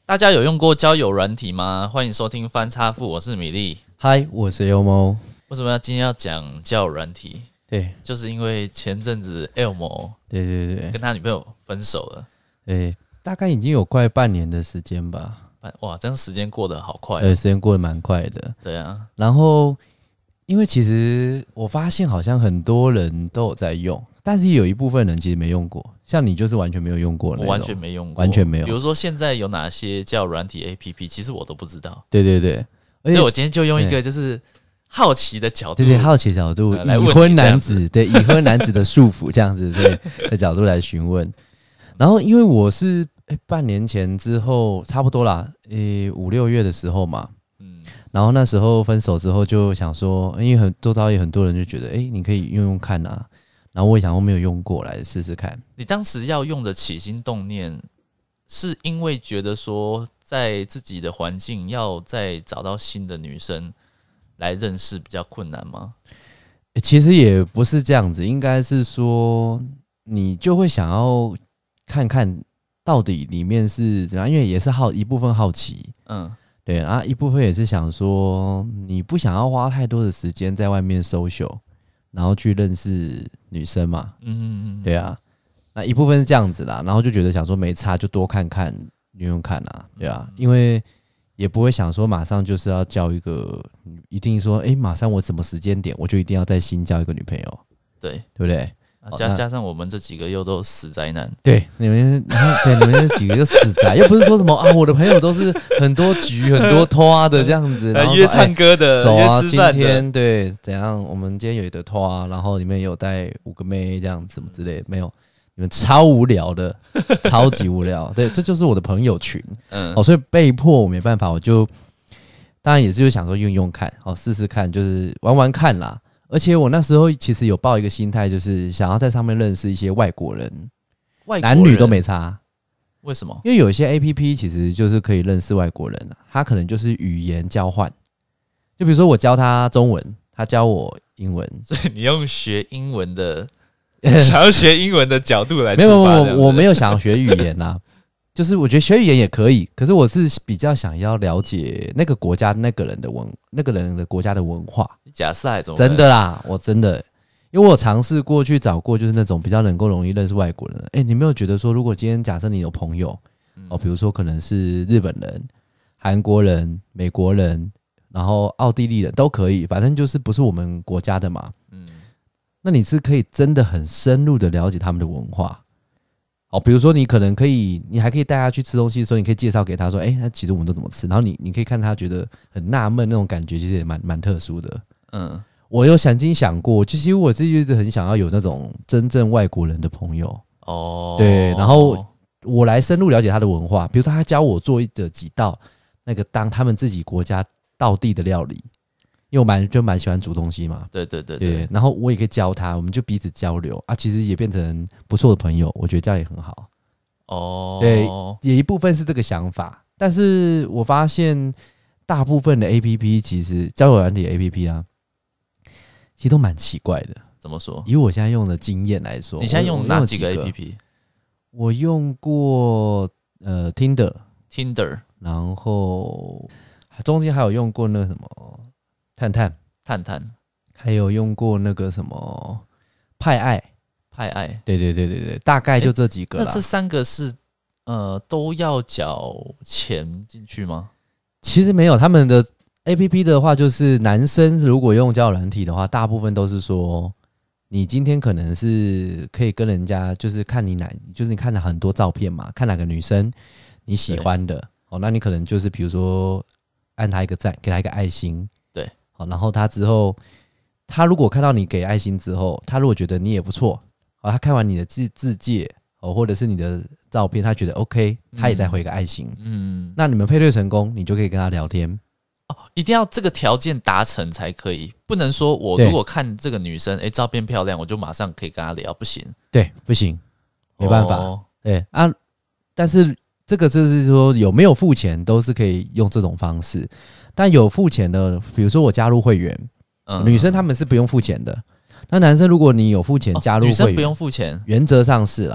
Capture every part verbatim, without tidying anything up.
大家有用过交友软体吗？欢迎收听翻叉富，我是米粒。 嗨，我是 Elmo。 为什么要今天要讲交友软体？ 对， 就是因为前阵子 Elmo 对对对， 跟他女朋友分手了。 对，大概已经有快半年的时间吧。 哇，这样时间过得好快、啊。 对，时间过得蛮快的。 对啊。 然后，因为其实我发现好像很多人都有在用，但是有一部分人其实没用过。像你就是完全没有用过的那种， 我完全没用过， 完全没有。 比如说现在有哪些交友软体 A P P， 其实我都不知道。 对对对， 而且我今天就用一个就是好奇的角度， 对对，好奇的角度， 呃、 已婚男子对已婚男子的束缚这样子对的角度来询问。然后因为我是、欸、半年前之后差不多啦，诶五六月的时候嘛，嗯，然后那时候分手之后就想说，因为很周遭也很多人就觉得，哎、欸，你可以用用看啊。然后我也想我没有用过，来试试看。 你当时要用的起心动念，是因为觉得说，在自己的环境要再找到新的女生来认识比较困难吗？ 欸、其实也不是这样子，应该是说你就会想要看看到底里面是怎样，因为也是好一部分好奇，嗯，对啊，一部分也是想说你不想要花太多的时间在外面 social。然后去认识女生嘛，嗯嗯嗯，对啊，那一部分是这样子啦，然后就觉得想说没差就多看看用用看啊，对啊，因为也不会想说马上就是要交一个，一定说哎、欸，马上我什么时间点我就一定要再新交一个女朋友， 对对不对？ 啊、加加上我们这几个又都死宅男， 对你们，对你们这几个就死宅，又不是说什么啊，我的朋友都是很多局、很多拖的这样子，然后约唱歌的， 欸、走啊， 约吃饭的今天对怎样？我们今天有一个拖啊，然后里面有带五个妹这样子什么之类的，没有，你们超无聊的，超级无聊。对，这就是我的朋友群，嗯，哦，所以被迫我没办法，我就当然也是就想说用用看，哦，试试看，就是玩玩看啦。而且我那时候其实有抱一个心态，就是想要在上面认识一些外国人， 外国人男女都没差。 为什么？ 因为有一些 A P P 其实就是可以认识外国人啊，他可能就是语言交换。就比如说我教他中文，他教我英文， 所以你用学英文的想要学英文的角度来出发。 没有，我我没有想要学语言啊。就是我觉得学语言也可以，可是我是比较想要了解那个国家那个人的文那个人的国家的文化。 假赛怎么真的啦，我真的，因为我尝试过去找过，就是那种比较能够容易认识外国人的。哎、欸，你没有觉得说，如果今天假设你有朋友、嗯、哦，比如说可能是日本人、韩国人、美国人，然后奥地利人都可以，反正就是不是我们国家的嘛。嗯，那你是可以真的很深入的了解他们的文化。哦，比如说你可能可以，你还可以带他去吃东西的时候，你可以介绍给他说，哎、欸，那其实我们都怎么吃，然后你你可以看他觉得很纳闷那种感觉，其实也蛮蛮特殊的。嗯，我有曾经想过，就其实我自己一直很想要有那种真正外国人的朋友。哦，对，然后我来深入了解他的文化，比如说他教我做的几道那个当他们自己国家道地的料理。因为我蛮就蛮喜欢煮东西嘛， 对对对 对, 对，然后我也可以教他，我们就彼此交流啊，其实也变成不错的朋友，我觉得这样也很好。哦，对，也一部分是这个想法，但是我发现大部分的 A P P 其实交友软体 A P P 啊，其实都蛮奇怪的。 怎么说？ 以我现在用的经验来说， 你现在用哪几个 A P P？ 我用过呃 Tinder Tinder， 然后中间还有用过那个什么。探探， 探探， 还有用过那个什么派爱， 派爱， 对对对对对，大概就这几个啦。 那这三个是呃都要缴钱进去吗？ 其实没有，他们的 A P P 的话，就是男生如果用交友软体的话，大部分都是说，你今天可能是可以跟人家，就是看你哪，就是你看了很多照片嘛，看哪个女生你喜欢的，哦，那你可能就是比如说按他一个赞，给他一个爱心。然后他之后，他如果看到你给爱心之后，他如果觉得你也不错，他看完你的自自介或者是你的照片，他觉得 OK， 他也再回个爱心。嗯，那你们配对成功，你就可以跟他聊天。 哦，一定要这个条件达成才可以，不能说我如果看这个女生，哎，照片漂亮，我就马上可以跟她聊，不行。 对，不行，没办法。哦、对啊，但是这个就是说有没有付钱都是可以用这种方式。但有付钱的，比如说我加入会员，嗯、女生他们是不用付钱的。那男生如果你有付钱加入会员、哦， 女生不用付钱， 原则上是啦。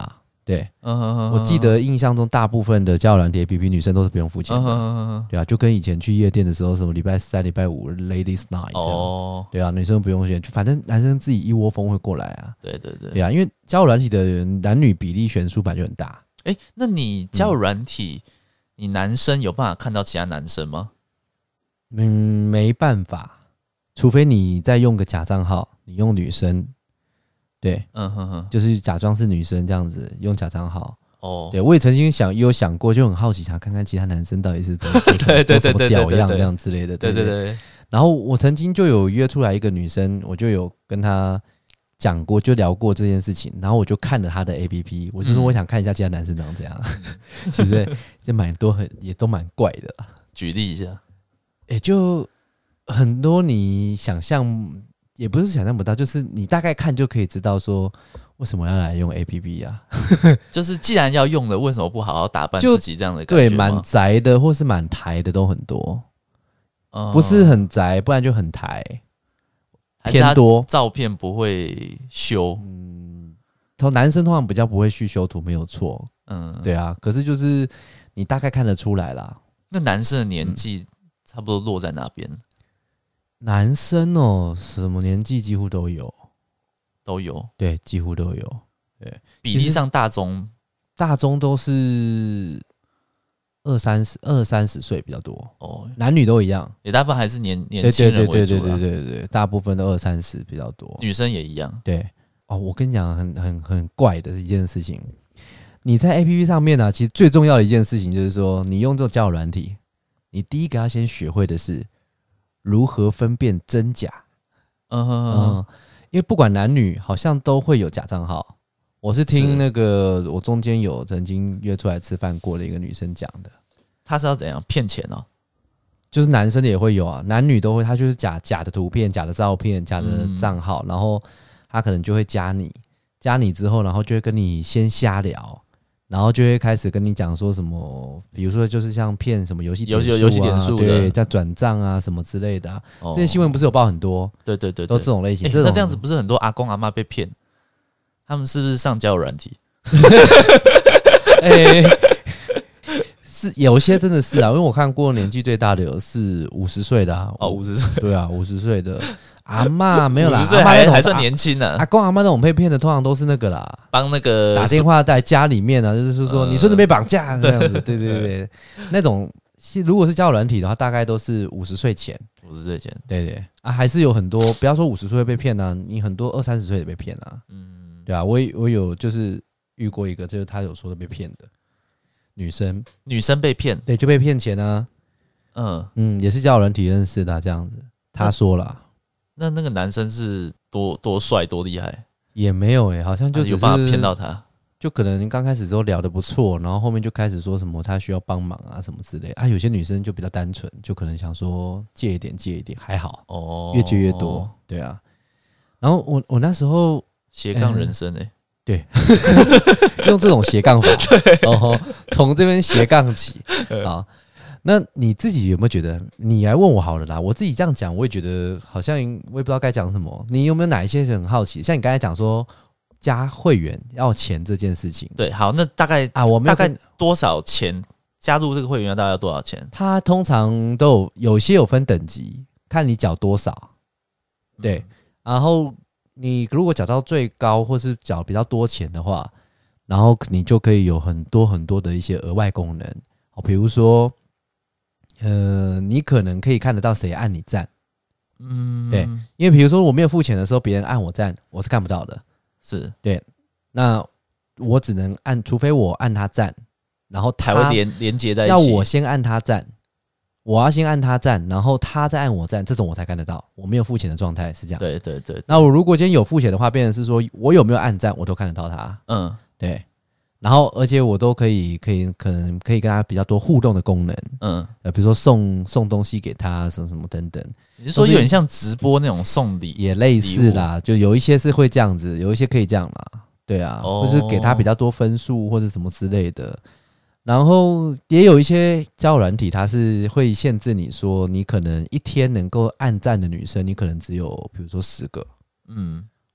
对， 嗯哼哼， 我记得印象中大部分的交友软体 A P P 女生都是不用付钱的， 嗯哼哼哼， 对啊，就跟以前去夜店的时候，什么礼拜三、礼拜五 Ladies Night 这样， 哦， 对啊，女生不用钱，反正男生自己一窝蜂会过来啊， 对对对， 对啊，因为交友软体的男女比例悬殊本来就很大。 哎、欸，那你交友软体、嗯，你男生有办法看到其他男生吗？ 嗯，没办法，除非你再用个假账号，你用女生，对， 嗯哼哼， 就是假装是女生这样子，用假账号。 哦， 对，我也曾经想，也有想过，就很好奇，想看看其他男生到底是怎么对对对对屌样这样之类的。 对对 对, 對, 對。 然后我曾经就有约出来一个女生，我就有跟她讲过，就聊过这件事情。然后我就看了她的 A P P， 我就说我想看一下其他男生长怎样。嗯、其实也蛮多很也都蛮怪的。 举例一下， 也、欸、就很多你想象，也不是想象不到，就是你大概看就可以知道说。为什么要来用 A P P 啊？ 就是既然要用了，为什么不好好打扮自己这样的感觉？对，蛮宅的或是蛮台的都很多，嗯、不是很宅，不然就很台，偏多。 照片不会修， 嗯，男生通常比较不会去修图，没有错。嗯，对啊。可是就是你大概看得出来啦。 那男生的年纪差不多落在哪边？ 男生哦，什么年纪几乎都有。 都有， 对，几乎都有，对， 比例上大中大中都是二三十二三十岁比较多哦，男女都一样， 也大部分还是年年轻人为主啦， 对对对对对对对，大部分都二三十比较多， 女生也一样， 对哦，我跟你讲，很很很怪的一件事情，你在 A P P 上面呢、啊，其实最重要的一件事情就是说，你用这种交友软体，你第一个要先学会的是如何分辨真假，嗯哼哼。嗯因为不管男女，好像都会有假账号。我是听那个，我中间有曾经约出来吃饭过的一个女生讲的。 她是要怎样骗钱哦？ 就是男生的也会有啊，男女都会。他就是假假的图片、假的照片、假的账号、嗯，然后他可能就会加你，加你之后，然后就会跟你先瞎聊，然后就会开始跟你讲说什么，比如说就是像骗什么游戏点数啊， 游戏点数对，在转账啊什么之类的、啊哦。这些新闻不是有报很多？ 对对 对, 對， 都这种类型。 欸、 這種那这样子不是很多阿公阿嬷被骗？他们是不是上交友软体？ 哎、欸，是有些真的是啊，因为我看过年纪最大的有是五十岁的啊， 哦，五十岁， 对啊，五十岁的。阿嬷没有啦， 五十岁还还算年轻呢、啊。 阿公阿嬷那种被骗的，通常都是那个啦， 帮那个打电话在家里面啊，就是说、呃、你孙子被绑架这样子，对对对，那种如果是交友软体的话，大概都是五十岁前， 五十岁前， 对对啊，还是有很多，不要说五十岁被骗啊，你很多二三十岁也被骗啊，嗯，对啊，我我有就是遇过一个，就是他有说的被骗的女生， 女生被骗， 对，就被骗钱啊，嗯嗯，也是交友软体认识的、啊、这样子，他说啦。 那那个男生是多多帅多厉害？ 也没有诶、欸，好像就只是、 啊、有办法骗到他， 就可能刚开始之后聊得不错，然后后面就开始说什么他需要帮忙啊什么之类啊。有些女生就比较单纯，就可能想说借一点借一点，还好哦，越借越多，对啊。然后我我那时候斜杠人生诶、欸， 对，用这种斜杠法，哦，从这边斜杠起啊。那你自己有没有觉得？你来问我好了啦。我自己这样讲，我也觉得好像我也不知道该讲什么。你有没有哪一些很好奇？像你刚才讲说加会员要钱这件事情， 对，好，那大概啊，我们大概多少钱加入这个会员要大概要多少钱？ 它通常都有有些有分等级，看你缴多少。对，嗯、然后你如果缴到最高或是缴比较多钱的话，然后你就可以有很多很多的一些额外功能，比如说。呃，你可能可以看得到谁按你赞，嗯，对，因为比如说我没有付钱的时候，别人按我赞，我是看不到的， 是对，那我只能按，除非我按他赞，然后他才会连连接在一起， 要我先按他赞，我要先按他赞，然后他再按我赞，这种我才看得到，我没有付钱的状态是这样， 对对 对, 對。 那我如果今天有付钱的话，变成是说我有没有按赞，我都看得到他，嗯，对。然后，而且我都可以，可以，可能可以跟他比较多互动的功能，嗯，呃，比如说送送东西给他，什么什么等等。 你是说有点像直播那种送礼， 也类似啦，就有一些是会这样子，有一些可以这样啦，对啊，哦、或是给他比较多分数或者什么之类的。然后也有一些交友软体，它是会限制你说，你可能一天能够按赞的女生，你可能只有比如说十个，嗯。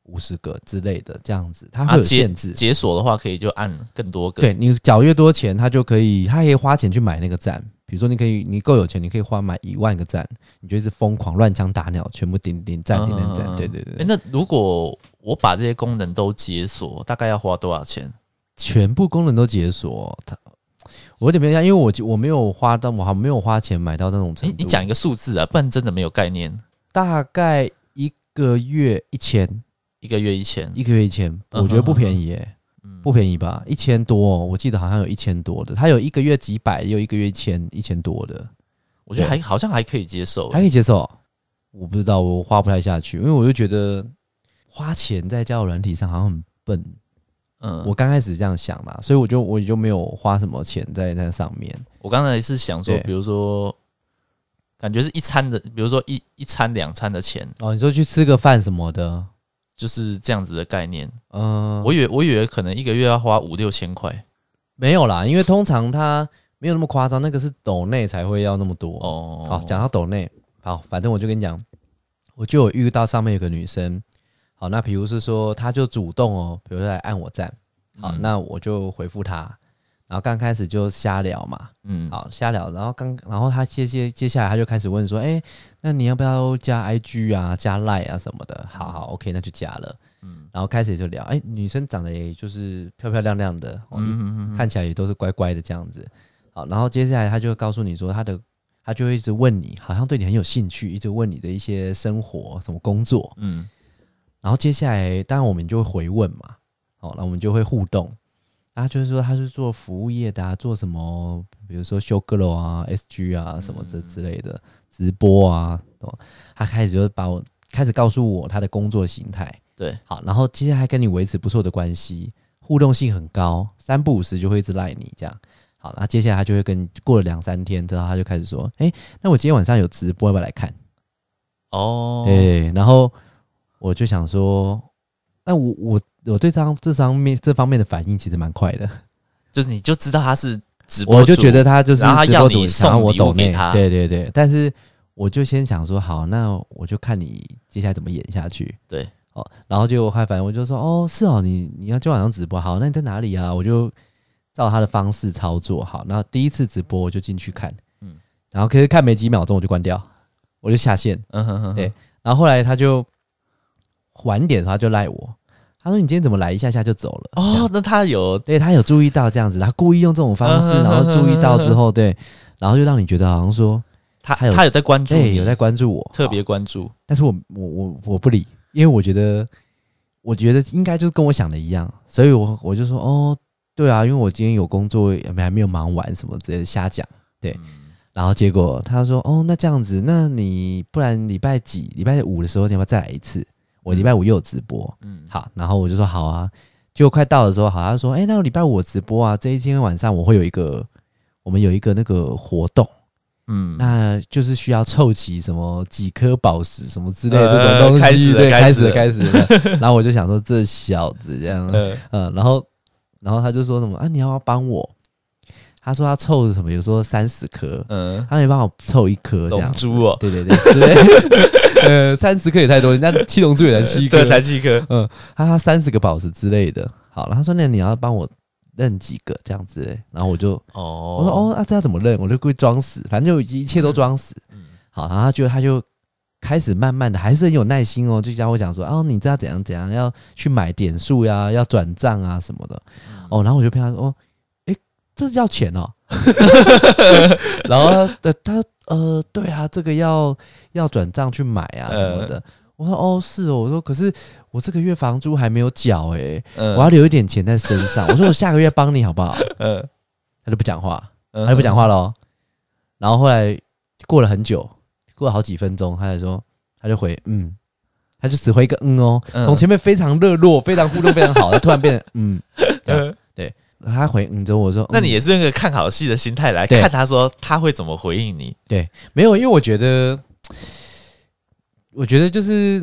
五十个之类的这样子，它会有限制。 啊、解锁的话，可以就按更多个。 对，你缴越多钱，它就可以，它可以花钱去买那个赞。比如说，你可以，你够有钱，你可以花买一万个赞，你就一直疯狂乱枪打鸟，全部点点赞，点点赞。嗯、对对对。 欸、那如果我把这些功能都解锁，大概要花多少钱？ 全部功能都解锁，它我有点没像，因为我我没有花到，我还没有花钱买到那种程度。 欸、你讲一个数字啊，不然真的没有概念。 大概一个月一千， 一个月一千， 一个月一千，我觉得不便宜耶、欸。不便宜吧？一千多、哦，我记得好像有一千多的，它有一个月几百，也有一个月一千一千多的， 我觉得还好像还可以接受， 还可以接受。我不知道，我花不太下去，因为我就觉得花钱在交友软体上好像很笨。嗯，我刚开始这样想啦，所以我就我就没有花什么钱在那上面。 我刚才是想说，比如说，感觉是一餐的，比如说一一餐两餐的钱哦，你说去吃个饭什么的。 就是这样子的概念，嗯，我以为我以为可能一个月要花五六千块， 没有啦，因为通常它没有那么夸张，那个是抖内才会要那么多哦。好，讲到抖内，好，反正我就跟你讲，我就有遇到上面有个女生，好，那比如是说她就主动哦，比如说来按我赞，好，嗯、那我就回复她，然后刚开始就瞎聊嘛，嗯，好瞎聊，然后刚然后她接接接下来她就开始问说，哎、欸。那你要不要加 I G 啊，加 Line 啊什么的？好好 ，OK， 那就加了。嗯，然后开始就聊，哎、欸，女生长得也就是漂漂亮亮的，哦、嗯嗯嗯看起来也都是乖乖的这样子。好，然后接下来他就告诉你说，他的他就会一直问你，好像对你很有兴趣，一直问你的一些生活、什么工作。嗯，然后接下来当然我们就会回问嘛，好，那我们就会互动。他就是说他是做服务业的啊，做什么，比如说修 Girl 啊、S G 啊什么这之类的。直播啊，他开始就把我开始告诉我他的工作形态， 对， 好，然后接下来跟你维持不错的关系，互动性很高，三不五时就会一直赖你这样，好，那接下来他就会跟过了两三天之后，他就开始说，哎、欸，那我今天晚上有直播，要不要来看？哦，对，然后我就想说，那我我我对这这方面这方面的反应其实蛮快的， 就是你就知道他是。直播主我就觉得他就是直播主， 然后他要你送我抖给他， 对对对。但是我就先想说，好，那我就看你接下来怎么演下去。 对， 哦，然后结果反正我就说，哦，是哦，你你要今晚上直播，好，那你在哪里啊？我就照他的方式操作，好，然后第一次直播我就进去看，嗯，然后可是看没几秒钟我就关掉，我就下线，嗯哼哼，对，然后后来他就晚点的时候他就赖我。他说：“你今天怎么来一下下就走了？” 哦，那他有对他有注意到这样子，他故意用这种方式，然后注意到之后，对，然后就让你觉得好像说他他有他有在关注你， 有在关注我， 特别关注。 但是我我我我不理，因为我觉得我觉得应该就是跟我想的一样，所以我我就说哦，对啊，因为我今天有工作，还没有忙完什么之类的瞎讲，对。嗯、然后结果他说：“哦，那这样子，那你不然礼拜几礼拜五的时候，你要不要再来一次？”我礼拜五又有直播，嗯，好，然后我就说好啊，结果快到的时候，好，他说，哎、欸，那礼拜五我直播啊，这一天晚上我会有一个，我们有一个那个活动，嗯，那就是需要凑齐什么几颗宝石什么之类的这种东西， 呃、开始对， 开始了， 开始了，开始了。然后我就想说这小子这样，嗯、呃，然后，然后他就说什么啊，你要不要帮我？他说他凑什么，有时候三十颗，嗯，他没帮我凑一颗这样， 龙珠哦， 对对对，之类的。呃，三十颗也太多，人家七龙珠也才七颗， 对，才七颗。 嗯，他他三十个宝石之类的。好了，他说那你要帮我认几个这样子嘞？然后我就哦，我说哦，那、啊、这要怎么认？我就故意装死，反正就一切都装死。嗯，好，然后他就他就开始慢慢的，还是很有耐心哦，就教我讲说，哦，你知道怎样怎样，要去买点数呀，要转账啊什么的。嗯、哦，然后我就骗他说，哦，哎、欸，这要钱哦。然后他他呃，对啊，这个要要转账去买啊什么的。呃、我说哦，是哦。我说可是我这个月房租还没有缴哎、欸，呃、我要留一点钱在身上。我说我下个月帮你好不好？呃、他就不讲话，他就不讲话咯。然后后来过了很久，过了好几分钟，他才说，他就回嗯，他就只回一个嗯哦，从前面非常热络、非常互动、非常好，他突然变成嗯，这样对。他回嗯之后，我说、嗯， 那你也是那个看好戏的心态来看，他说他会怎么回应你？ 对，没有，因为我觉得，我觉得就是，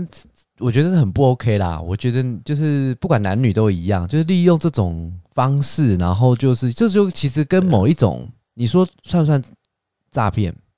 我觉得是很不 OK 啦。我觉得就是不管男女都一样，就是利用这种方式，然后就是这就其实跟某一种，你说算不算诈骗？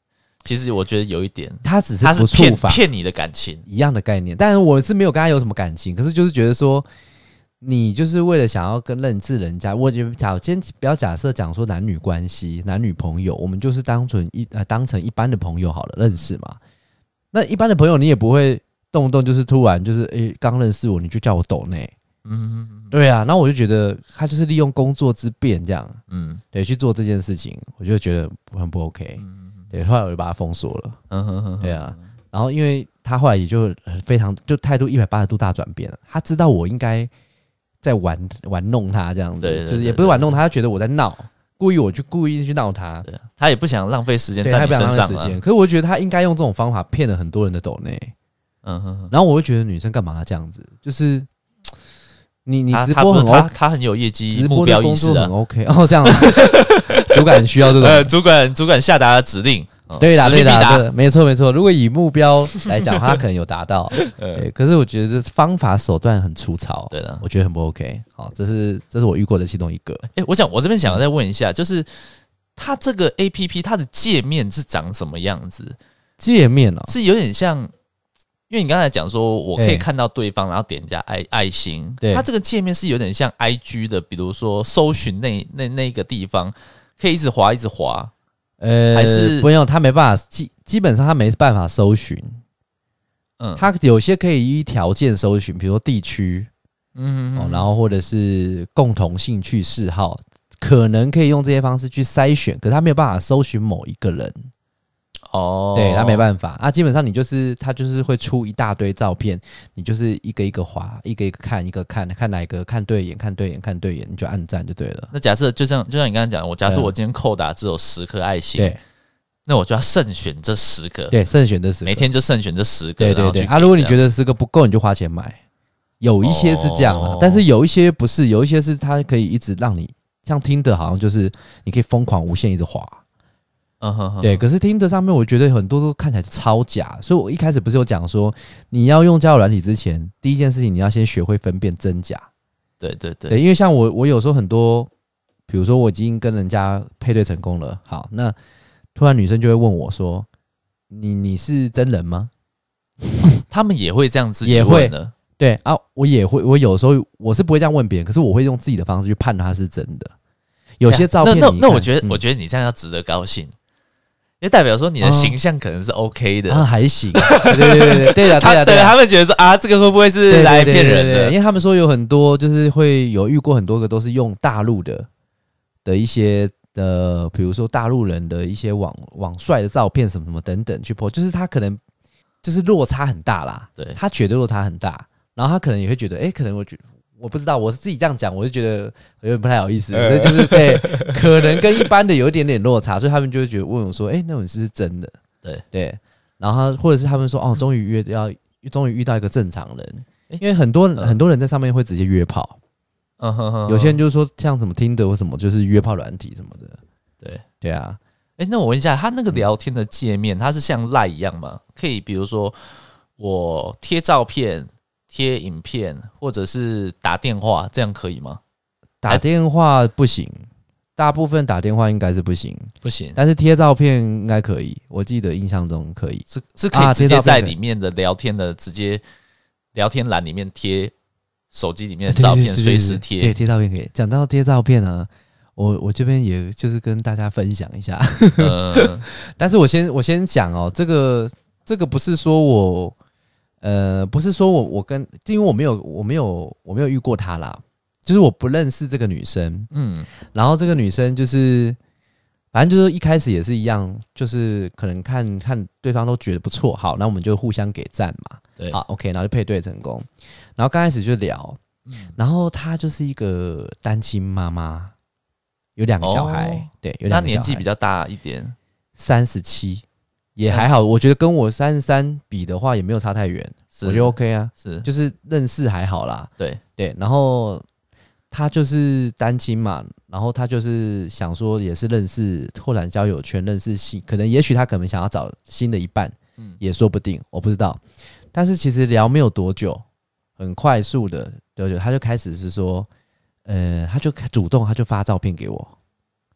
其实我觉得有一点， 他只是他是不触法骗骗你的感情一样的概念，但是我是没有跟他有什么感情，可是就是觉得说，你就是为了想要跟认识人家，我觉得假今天不要假设讲说男女关系、男女朋友，我们就是当成一呃当成一般的朋友好了，认识嘛。那一般的朋友，你也不会动不动就是突然就是诶刚认识我，你就叫我抖内。嗯，对啊，然后我就觉得他就是利用工作之便这样，嗯，对，去做这件事情，我就觉得很不 OK，嗯，对，后来我就把他封锁了，嗯哼哼，对啊，然后因为他后来也就非常就态度一百八十度大转变了，他知道我应该在玩玩弄他这样子，对对对对，就是也不是玩弄他，他觉得我在闹，故意我就故意去闹他，对， 他也不想浪费时间在你身上啊， 可是我觉得他应该用这种方法骗了很多人的抖内，嗯哼哼，然后我会觉得女生干嘛这样子，就是。你你直播很 OK， 他, 他很有业绩目标意识啊， 很 OK 哦，这样主管需要这种， 呃，主管主管下达的指令， 哦、对啦对啦，对，没错没错。如果以目标来讲，他可能有达到，对。可是我觉得这方法手段很粗糙，对的，我觉得很不 OK。好，这是这是我遇过的其中一个。 哎、欸，我想我这边想要再问一下，就是它这个 A P P 它的界面是长什么样子？ 界面哦， 是有点像。因为你刚才讲说，我可以看到对方，欸、然后点加爱爱心。对，它这个界面是有点像 I G 的，比如说搜寻那那那个地方，可以一直滑一直滑。 呃，还是不用，它没办法，基基本上它没办法搜寻。嗯，它有些可以依条件搜寻，比如说地区，嗯、哦，然后或者是共同兴趣嗜好，可能可以用这些方式去筛选，可是它没有办法搜寻某一个人。哦，对，他没办法啊，基本上你就是他就是会出一大堆照片，你就是一个一个滑，一个一个看，一个看看哪一个看对眼，看对眼，看对眼，你就按赞就对了。 那假设就像就像你刚才讲，我假设我今天扣打只有十颗爱心，对，那我就要慎选这十个， 对，慎选这十个， 每天就慎选这十个， 对对对。啊，如果你觉得十个不够，你就花钱买。有一些是这样啊，哦、但是有一些不是，有一些是它可以一直让你像Tinder，好像就是你可以疯狂无限一直滑。嗯哼哼，对，可是Tinder上面我觉得很多都看起来超假，所以我一开始不是有讲说，你要用交友软体之前，第一件事情你要先学会分辨真假。 对对对， 对，因为像我，我有时候很多，比如说我已经跟人家配对成功了，好，那突然女生就会问我说：“你你是真人吗？” 他们也会这样自己问的， 对啊，我也会，我有时候我是不会这样问别人，可是我会用自己的方式去判断他是真的。有些照片你那，那那我觉得，嗯、我觉得你这样要值得高兴。因为代表说你的形象可能是 OK 的啊，还行，对对对对对的，对的，他们觉得说啊，这个会不会是来骗人的？ 对对对对，因为他们说有很多就是会有遇过很多个都是用大陆的的一些的，比如说大陆人的一些网网帅的照片什么什么等等去 po， 就是他可能就是落差很大啦，对，他觉得落差很大，然后他可能也会觉得，哎、欸，可能我觉得。我不知道，我是自己这样讲，我就觉得有点不太好意思，所以就是对，可能跟一般的有一点点落差，所以他们就会觉得问我说：“哎、欸，那种是不是真的？”对对，然后或者是他们说：“哦，终于约要，终于遇到一个正常人。”因为很多、嗯、很多人在上面会直接约炮，嗯哼哼，有些人就是说像什么Tinder或什么，就是约炮软体什么的。对对啊， 哎、欸，那我问一下，他那个聊天的界面，它是像 Line 一样吗？可以，比如说我贴照片。贴影片或者是打电话，这样可以吗？ 打电话不行，大部分打电话应该是不行， 不行。 但是贴照片应该可以，我记得印象中可以， 是是可以直接在里面的聊天的，直接聊天栏里面贴手机里面的照片，随时贴。 对，贴照片可以。讲到贴照片呢，我我这边也就是跟大家分享一下，嗯、但是我先我先讲哦，这个这个不是说我。呃，不是说我我跟，因为我没有我没有我没有遇过她啦，就是我不认识这个女生，嗯，然后这个女生就是，反正就是一开始也是一样，就是可能看看对方都觉得不错，好，那我们就互相给赞嘛，对，好 ，OK， 然后就配对成功，然后刚开始就聊，嗯、然后她就是一个单亲妈妈，有两个小孩，哦、对，有两个小孩， 她年纪比较大一点， 三十七。也还好，我觉得跟我三十三比的话也没有差太远，我觉得 OK 啊，是就是认识还好啦，对对，然后他就是单亲嘛，然后他就是想说也是认识拓展交友圈，认识新，可能也许他可能想要找新的一半，嗯，也说不定，我不知道，但是其实聊没有多久，很快速的多久，他就开始是说，呃，他就主动他就发照片给我，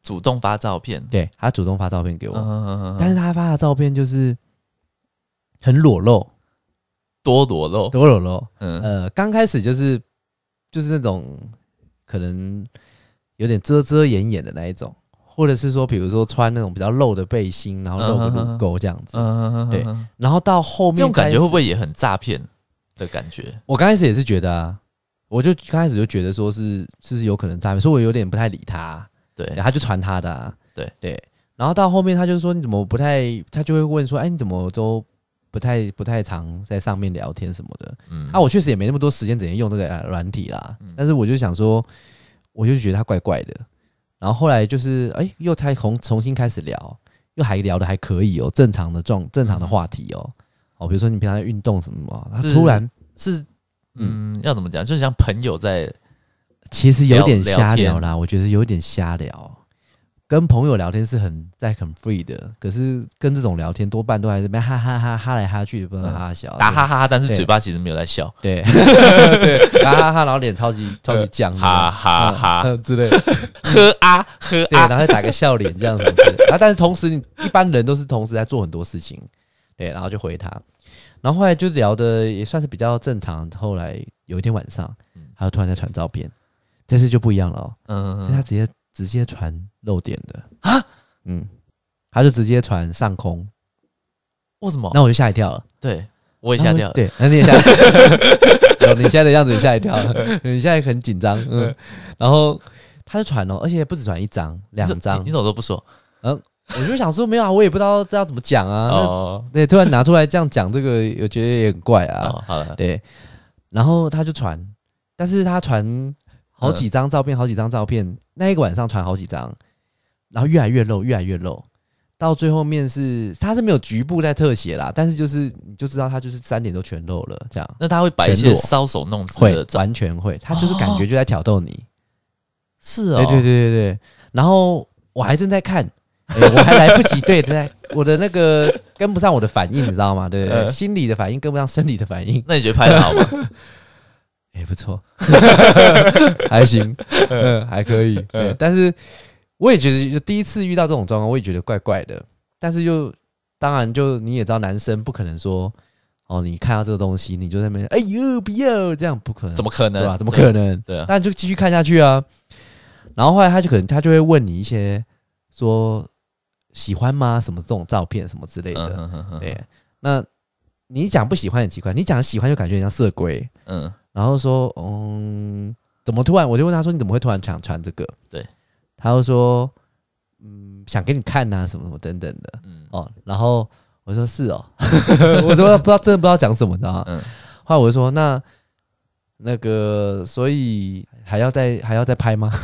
主动发照片， 对他主动发照片给我， 嗯嗯嗯嗯但是他发的照片就是很裸露， 多裸露， 多裸露。 嗯呃，刚开始就是就是那种可能有点遮遮掩掩的那一种，或者是说，比如说穿那种比较露的背心，然后露个乳沟这样子。 嗯对，然后到后面这种感觉会不会也很诈骗的感觉？ 我刚开始也是觉得啊，我就刚开始就觉得说是是有可能诈骗，所以我有点不太理他。 对， 他就传他的、啊， 对对。然后到后面他就说你怎么不太，他就会问说，哎，你怎么都不太不太常在上面聊天什么的。嗯，啊，我确实也没那么多时间整天用这个软体啦、嗯，但是我就想说，我就觉得他怪怪的。然后后来就是，哎，又才重重新开始聊，又还聊得还可以哦，正常的状正常的话题哦，哦，比如说你平常运动什么，他突然是嗯，要怎么讲，就像朋友在。 其实有点瞎聊啦，我觉得有点瞎聊。跟朋友聊天是很在很 free 的，可是跟这种聊天多半都还是哈哈哈哈来哈去，不能哈哈笑， 打哈哈哈，但是嘴巴其实没有在笑。 对对，哈哈哈，然后脸超级超级僵， 哈哈哈之类的， 呵啊呵啊，然后再打个笑脸这样子。然后但是同时，你一般人都是同时在做很多事情，对，然后就回他。然后后来就聊的也算是比较正常。后来有一天晚上，他就突然在传照片。这次就不一样了、哦，嗯，所以他直接直接传漏点的啊，嗯，他就直接传上空， 为什么？ 那我就吓一跳了， 对，我也吓跳了， 对，那你也吓一跳了，你现在的样子也吓一跳了，你现在很紧张，嗯，然后他就传哦，而且不止传一张，两张， 你怎么都不说？ 嗯，我就想说没有啊，我也不知道这要怎么讲啊，哦，对，突然拿出来这样讲这个，我觉得也很怪啊， 哦、好了， 对，然后他就传，但是他传。好几张照片，好几张照片，那一个晚上传好几张，然后越来越露，越来越露，到最后面是他是没有局部在特写啦，但是就是你就知道他就是三点都全露了，这样。 那他会摆一些搔首弄姿的， 会完全会，他就是感觉就在挑逗你。 哦、是哦， 对对对对对。然后我还正在看，欸、我还来不及，对对，我的那个跟不上我的反应，你知道吗？对不对？呃、心理的反应跟不上生理的反应。 那你觉得拍得好吗？ 也、欸、不错，还行，嗯，还可以。对，但是我也觉得，就第一次遇到这种状况，我也觉得怪怪的。但是又当然，就你也知道，男生不可能说，哦，你看到这个东西，你就在那边，哎呦，不要这样，不可能， 怎么可能？ 对吧？怎么可能？ 对啊， 那就继续看下去啊。然后后来他就可能他就会问你一些说喜欢吗？什么这种照片什么之类的。嗯、哼哼对，那你讲不喜欢很奇怪，你讲喜欢就感觉很像色龟。嗯。然后说，嗯，怎么突然？我就问他说，你怎么会突然想传这个？ 对， 他就说，嗯，想给你看啊，什么什么等等的。嗯，哦，然后我说是哦，我说不知道，真的不知道讲什么，你知道吗？嗯，后来我就说，那那个，所以还要再还要再拍吗？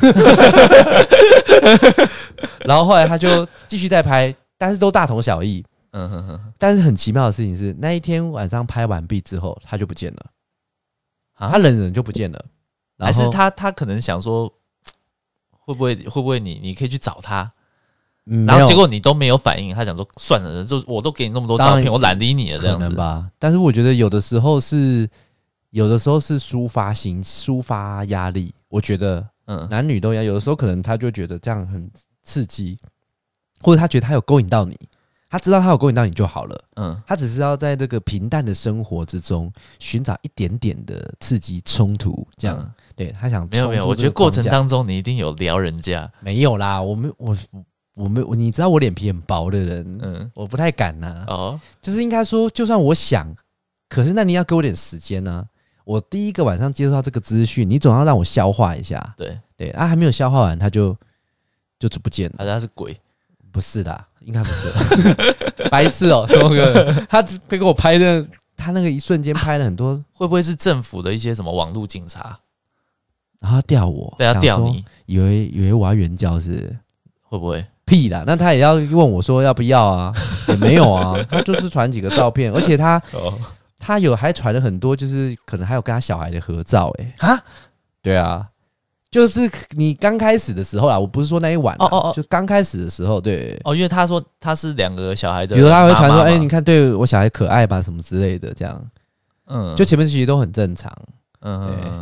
然后后来他就继续再拍，但是都大同小异。嗯哼哼。但是很奇妙的事情是，那一天晚上拍完毕之后，他就不见了。啊、他人人就不见了， 还是他他可能想说，会不会会不会你你可以去找他，嗯、然后结果你都没有反应，他想说算了，就我都给你那么多照片，我懒理你了这样子可能吧。但是我觉得有的时候是有的时候是抒发心抒发压力，我觉得嗯男女都一样，有的时候可能他就觉得这样很刺激，或者他觉得他有勾引到你。他知道他有勾引到你就好了，嗯，他只是要在这个平淡的生活之中寻找一点点的刺激冲突，这样，嗯、对他想没有没有，我觉得过程当中你一定有撩人家， 没有啦，我们我我们你知道我脸皮很薄的人，嗯，我不太敢呐、啊，哦，就是应该说，就算我想，可是那你要给我点时间呢、啊。我第一个晚上接受到这个资讯，你总要让我消化一下， 对对，啊，还没有消化完，他就就不见了， 啊，他是鬼。 不是的，应该不是，白痴哦、喔，怎么可能？他给我拍的，他那个一瞬间拍了很多， 会不会是政府的一些什么网络警察， 然后调我， 对，要调你， 以为以为我要援交是？ 会不会？ 屁啦！那他也要问我说要不要啊？也没有啊，他就是传几个照片，而且他、哦、他有还传了很多，就是可能还有跟他小孩的合照、欸，哎啊，对啊。就是你刚开始的时候啦，我不是说那一晚，哦哦哦，就刚开始的时候，对， 哦，因为他说他是两个小孩的， 比如他会传说，哎、欸，你看对我小孩可爱吧，什么之类的，这样，嗯，就前面其实都很正常，嗯，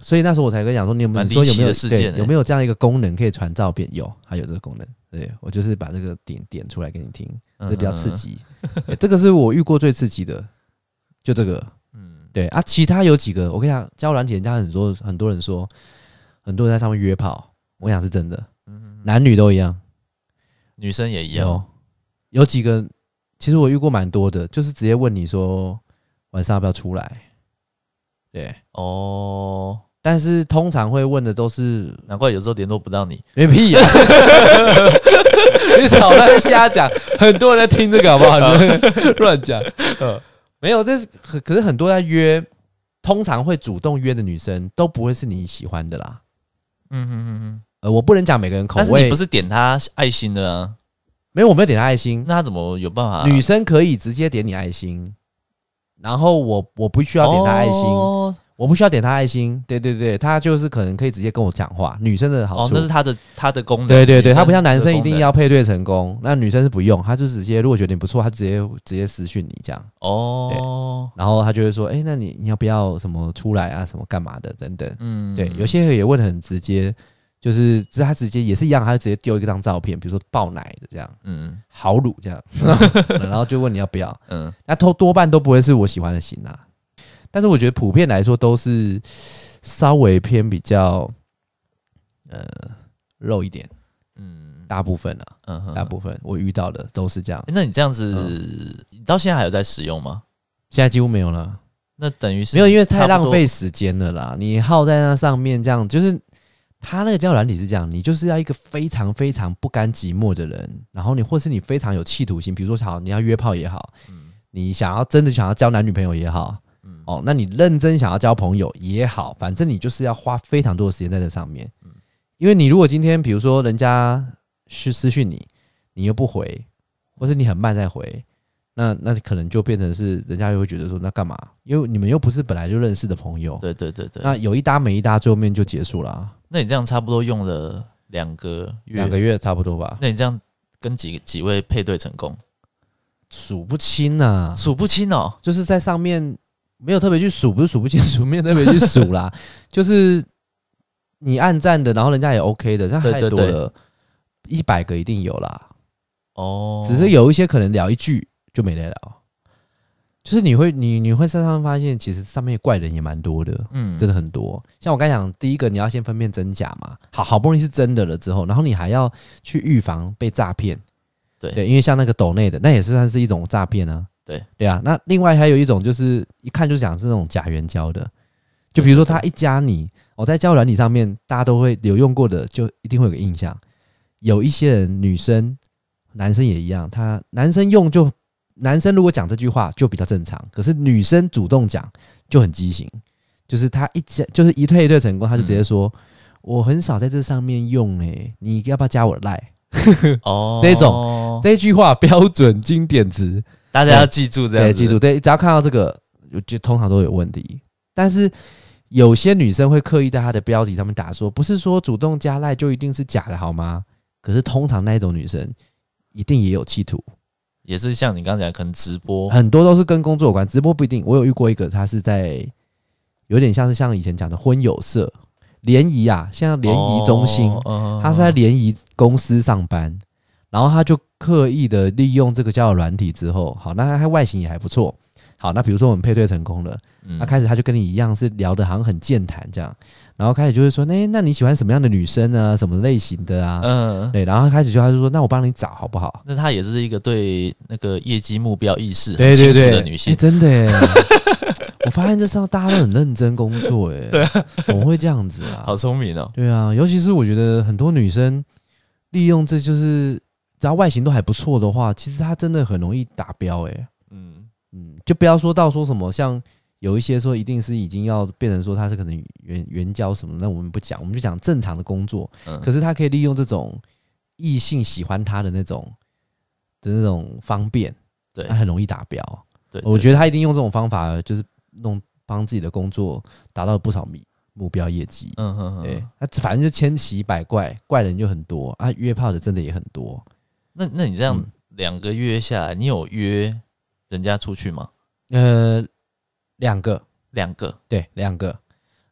所以那时候我才跟你讲说，你有没有说有没有对有没有这样一个功能可以传照片？有，还有这个功能。对，我就是把这个点点出来给你听，这比较刺激。嗯、这个是我遇过最刺激的，就这个。嗯，对啊，其他有几个，我跟你讲，交友软体人家很多很多人说，很多人在上面约炮，我想是真的，嗯、男女都一样， 女生也一样。 有, 有几个，其实我遇过蛮多的，就是直接问你说晚上要不要出来。对哦， 但是通常会问的都是， 难怪有时候联络不到你， 没屁呀、啊！你少在瞎讲，很多人在听这个好不好？乱讲，呃，没有，这是可是很多在约，通常会主动约的女生都不会是你喜欢的啦。嗯哼哼哼，呃，我不能讲每个人口味， 但是你不是点他爱心的啊？ 没有，我没有点他爱心， 那他怎么有办法、啊？ 女生可以直接点你爱心。然后我我不需要点他爱心、哦，我不需要点他爱心，对对对，他就是可能可以直接跟我讲话，女生的好处， 哦，那是他的他的功能， 对对对，他不像男生一定要配对成功，那女生是不用，他就直接如果觉得你不错，他就直接直接私讯你这样，哦，然后他就会说，哎、欸，那你你要不要什么出来啊，什么干嘛的等等，嗯，对，有些也问得很直接。就是他直接也是一样，他就直接丢一张照片，比如说爆奶的这样，嗯，好乳这样，然后就问你要不要，嗯，那多多半都不会是我喜欢的型啊。但是我觉得普遍来说都是稍微偏比较呃肉一点，嗯，大部分啊，嗯，大部分我遇到的都是这样。 欸、那你这样子，嗯、你到现在还有在使用吗？ 现在几乎没有了。 那等于是没有，因为太浪费时间了啦。你耗在那上面，这样就是。他那个交友软体是这样，你就是要一个非常非常不甘寂寞的人，然后你或是你非常有企图心，比如说好你要约炮也好，嗯、你想要真的想要交男女朋友也好，嗯、哦，那你认真想要交朋友也好，反正你就是要花非常多的时间在这上面，嗯、因为你如果今天比如说人家去私讯你，你又不回，或是你很慢再回，那那可能就变成是人家又会觉得说那干嘛？因为你们又不是本来就认识的朋友， 对对对对， 那有一搭没一搭，最后面就结束了、啊。 那你这样差不多用了两个月， 两个月差不多吧？ 那你这样跟几几位配对成功？ 数不清啊， 数不清哦。 就是在上面没有特别去数，不是数不清，数没有特别去数啦。就是你按赞的，然后人家也 OK 的，这样太多了，一百个一定有啦。哦，只是有一些可能聊一句就没得聊。就是你会你你会在上面发现，其实上面怪人也蛮多的，嗯，真的很多。像我刚才讲，第一个你要先分辨真假嘛，好好不容易是真的了之后，然后你还要去预防被诈骗，对对，因为像那个抖内的，那也是算是一种诈骗啊， 对对啊。那另外还有一种就是一看就讲是那种假援交的，就比如说他一加你，我在交友软体上面大家都会有用过的，就一定会有个印象。有一些人女生、男生也一样，他男生用就。男生如果讲这句话就比较正常，可是女生主动讲就很畸形，就是他一加就是一退一对成功，他就直接说、嗯、我很少在这上面用诶、欸，你要不要加我的 line？ 哦，这种这句话标准经典值， 大家要记住这样子， 对，记住，对，只要看到这个，就通常都有问题。但是有些女生会刻意在她的标题上面打说，不是说主动加 line 就一定是假的好吗？可是通常那一种女生一定也有企图。 也是像你刚才讲，可能直播很多都是跟工作有关，直播不一定。我有遇过一个，他是在有点像是像以前讲的婚友社联谊啊，像联谊中心，哦、他是在联谊公司上班，然后他就刻意的利用这个交友软体之后，好，那他外形也还不错，好，那比如说我们配对成功了，嗯、那开始他就跟你一样是聊得好像很健谈这样。然后开始就会说，欸，那你喜欢什么样的女生啊？什么类型的啊？嗯，对。然后开始就他就说，那我帮你找好不好？ 那他也是一个对那个业绩目标意识很清楚的女性， 对对对，欸，真的耶！我发现这上大家都很认真工作，哎，对啊，怎么会这样子啊？ 好聪明哦！ 对啊，尤其是我觉得很多女生利用这就是只要外形都还不错的话，其实她真的很容易达标，哎，嗯嗯，就不要说到说什么像。有一些说一定是已经要变成说他是可能援援交什么，那我们不讲，我们就讲正常的工作。嗯、可是他可以利用这种异性喜欢他的那种的那种方便，对，他很容易达标。对，我觉得他一定用这种方法，就是弄帮自己的工作达到不少目标业绩。嗯哼哼，对，他反正就千奇百怪，怪人就很多啊，约炮的真的也很多。 那那你这样两个月下来，你有约人家出去吗？ 呃。两个， 两个， 对，两个。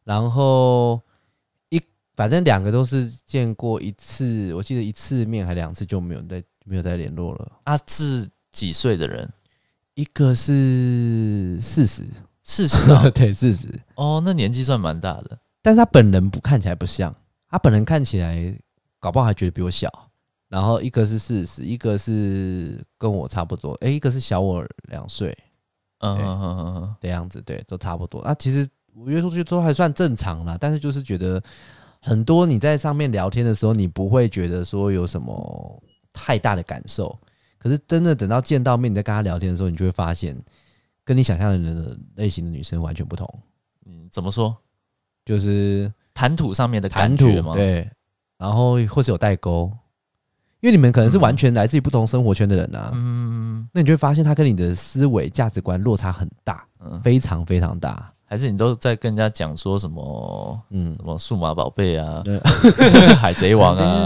然后一反正两个都是见过一次，我记得一次面还两次就没有再没有再联络了。 啊，是几岁的人？ 一个是四十， 四十啊， 对，四十。 哦，那年纪算蛮大的， 但是他本人不看起来不像，他本人看起来搞不好还觉得比我小。然后一个是四十，一个是跟我差不多，哎、欸，一个是小我两岁，嗯嗯嗯嗯的样子，对，都差不多。那其实我约出去都还算正常啦，但是就是觉得很多你在上面聊天的时候，你不会觉得说有什么太大的感受，可是真的等到见到面，你在跟他聊天的时候，你就会发现跟你想象的人的类型的女生完全不同。 嗯，怎么说？ 就是谈吐上面的感觉吗？ 对，然后或是有代沟。因为你们可能是完全来自于不同生活圈的人啊，嗯，那你就会发现他跟你的思维价值观落差很大，嗯，非常非常大。 还是你都在跟人家讲说什么，嗯，什么数码宝贝啊，海贼王啊，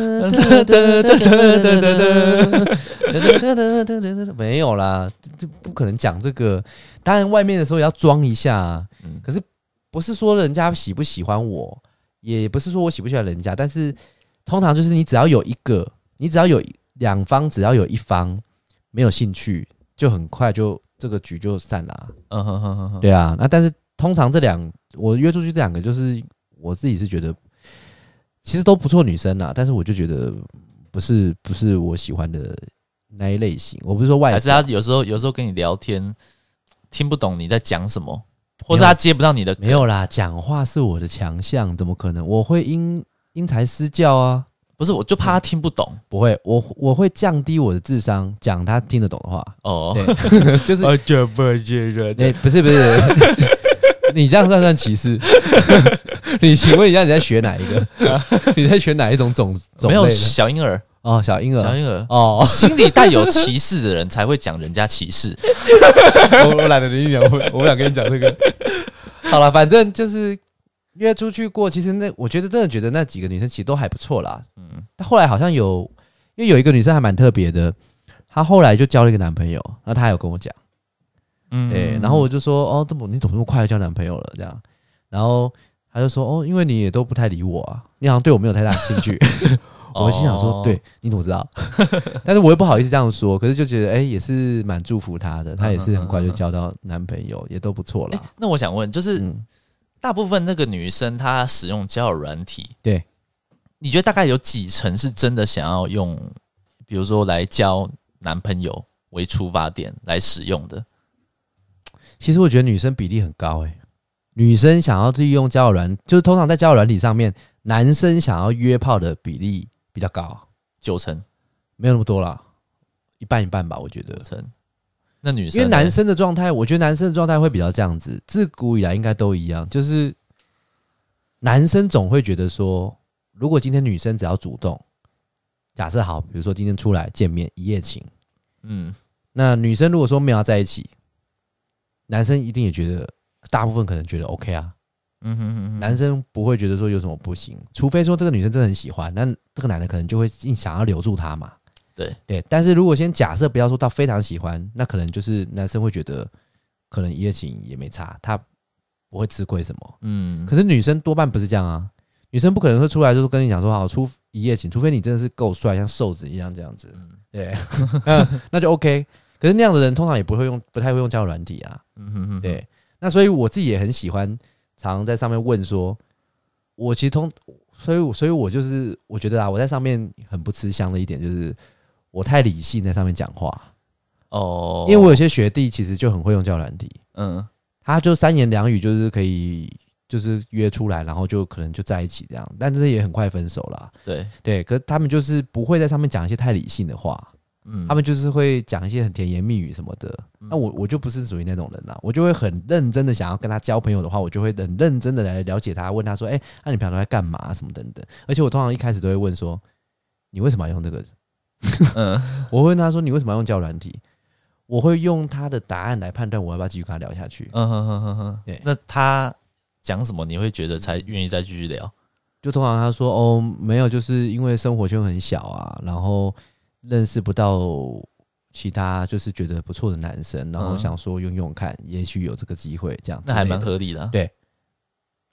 没有啦，不可能讲这个。当然外面的时候也要装一下啊，嗯，可是不是说人家喜不喜欢我，也不是说我喜不喜欢人家，但是通常就是你只要有一个。你只要有两方，只要有一方没有兴趣，就很快就这个局就散了、啊。嗯哼哼哼，对啊。那但是通常这两我约出去这两个，就是我自己是觉得其实都不错女生啦，但是我就觉得不是不是我喜欢的那一类型。我不是说外， 还是他有时候有时候跟你聊天听不懂你在讲什么，或是他接不到你的梗。 没有啦，讲话是我的强项，怎么可能？我会因因材施教啊。 不是，我就怕他听不懂。 嗯、不会，我我会降低我的智商，讲他听得懂的话。哦，对，就是。 这不接人。 哎，不是不是，你这样算不算歧视？你请问一下，你在学哪一个？你在学哪一种种种类？ 没有小婴儿哦，小婴儿， 小婴儿哦，心里带有歧视的人才会讲人家歧视。 我我懒得跟你讲，我我不想跟你讲这个。好了，反正就是。约出去过，其实那我觉得真的觉得那几个女生其实都还不错啦。嗯，但后来好像有，因为有一个女生还蛮特别的，她后来就交了一个男朋友，那她还有跟我讲，嗯，对，然后我就说，哦，这么你怎么那么快就交男朋友了？这样，然后她就说，哦，因为你也都不太理我啊，你好像对我没有太大的兴趣。我心想说，对，你怎么知道？但是我又不好意思这样说，可是就觉得，哎、欸，也是蛮祝福她的，她也是很快就交到男朋友，也都不错啦、 欸。那我想问，就是。嗯大部分那个女生她使用交友软体， 对， 你觉得大概有几成是真的想要用，比如说来交男朋友为出发点来使用的？ 其实我觉得女生比例很高、欸，女生想要利用交友软，就是通常在交友软体上面，男生想要约炮的比例比较高， 九成， 没有那么多啦，一半一半吧，我觉得。 九成。那女生， 因为男生的状态，我觉得男生的状态会比较这样子，自古以来应该都一样，就是男生总会觉得说，如果今天女生只要主动，假设好，比如说今天出来见面一夜情，嗯，那女生如果说没有要在一起，男生一定也觉得，大部分可能觉得 OK 啊，嗯哼哼哼，男生不会觉得说有什么不行，除非说这个女生真的很喜欢，那这个男的可能就会硬想要留住她嘛。 对对，但是如果先假设不要说到非常喜欢，那可能就是男生会觉得可能一夜情也没差，他不会吃亏什么。嗯，可是女生多半不是这样啊，女生不可能会出来就跟你讲说好出一夜情，除非你真的是够帅，像瘦子一样这样子。对，那就 OK。可是那样的人通常也不会用，不太会用交友软体啊。嗯哼哼，对。那所以我自己也很喜欢，常常在上面问说，我其实通。所以，所以我就是我觉得啊，我在上面很不吃香的一点就是，我太理性在上面讲话哦。因为我有些学弟其实就很会用交友软体，嗯，他就三言两语就是可以就是约出来，然后就可能就在一起这样，但是也很快分手啦。 对对，可是他们就是不会在上面讲一些太理性的话，嗯，他们就是会讲一些很甜言蜜语什么的。那我我就不是属于那种人啦，我就会很认真的想要跟他交朋友的话，我就会很认真的来了解他，问他说，哎、欸，那、啊、你平常都在干嘛什么等等。而且我通常一开始都会问说，你为什么要用这个？嗯，我会问他说，你为什么要用交友软体？我会用他的答案来判断我要不要继续跟他聊下去。嗯哼哼哼哼，对。 那他讲什么你会觉得才愿意再继续聊？ 就通常他说，哦，没有，就是因为生活圈很小啊，然后认识不到。其他就是觉得不错的男生，然后想说用用看，嗯、也许有这个机会这样子， 那还蛮合理的、啊。 对，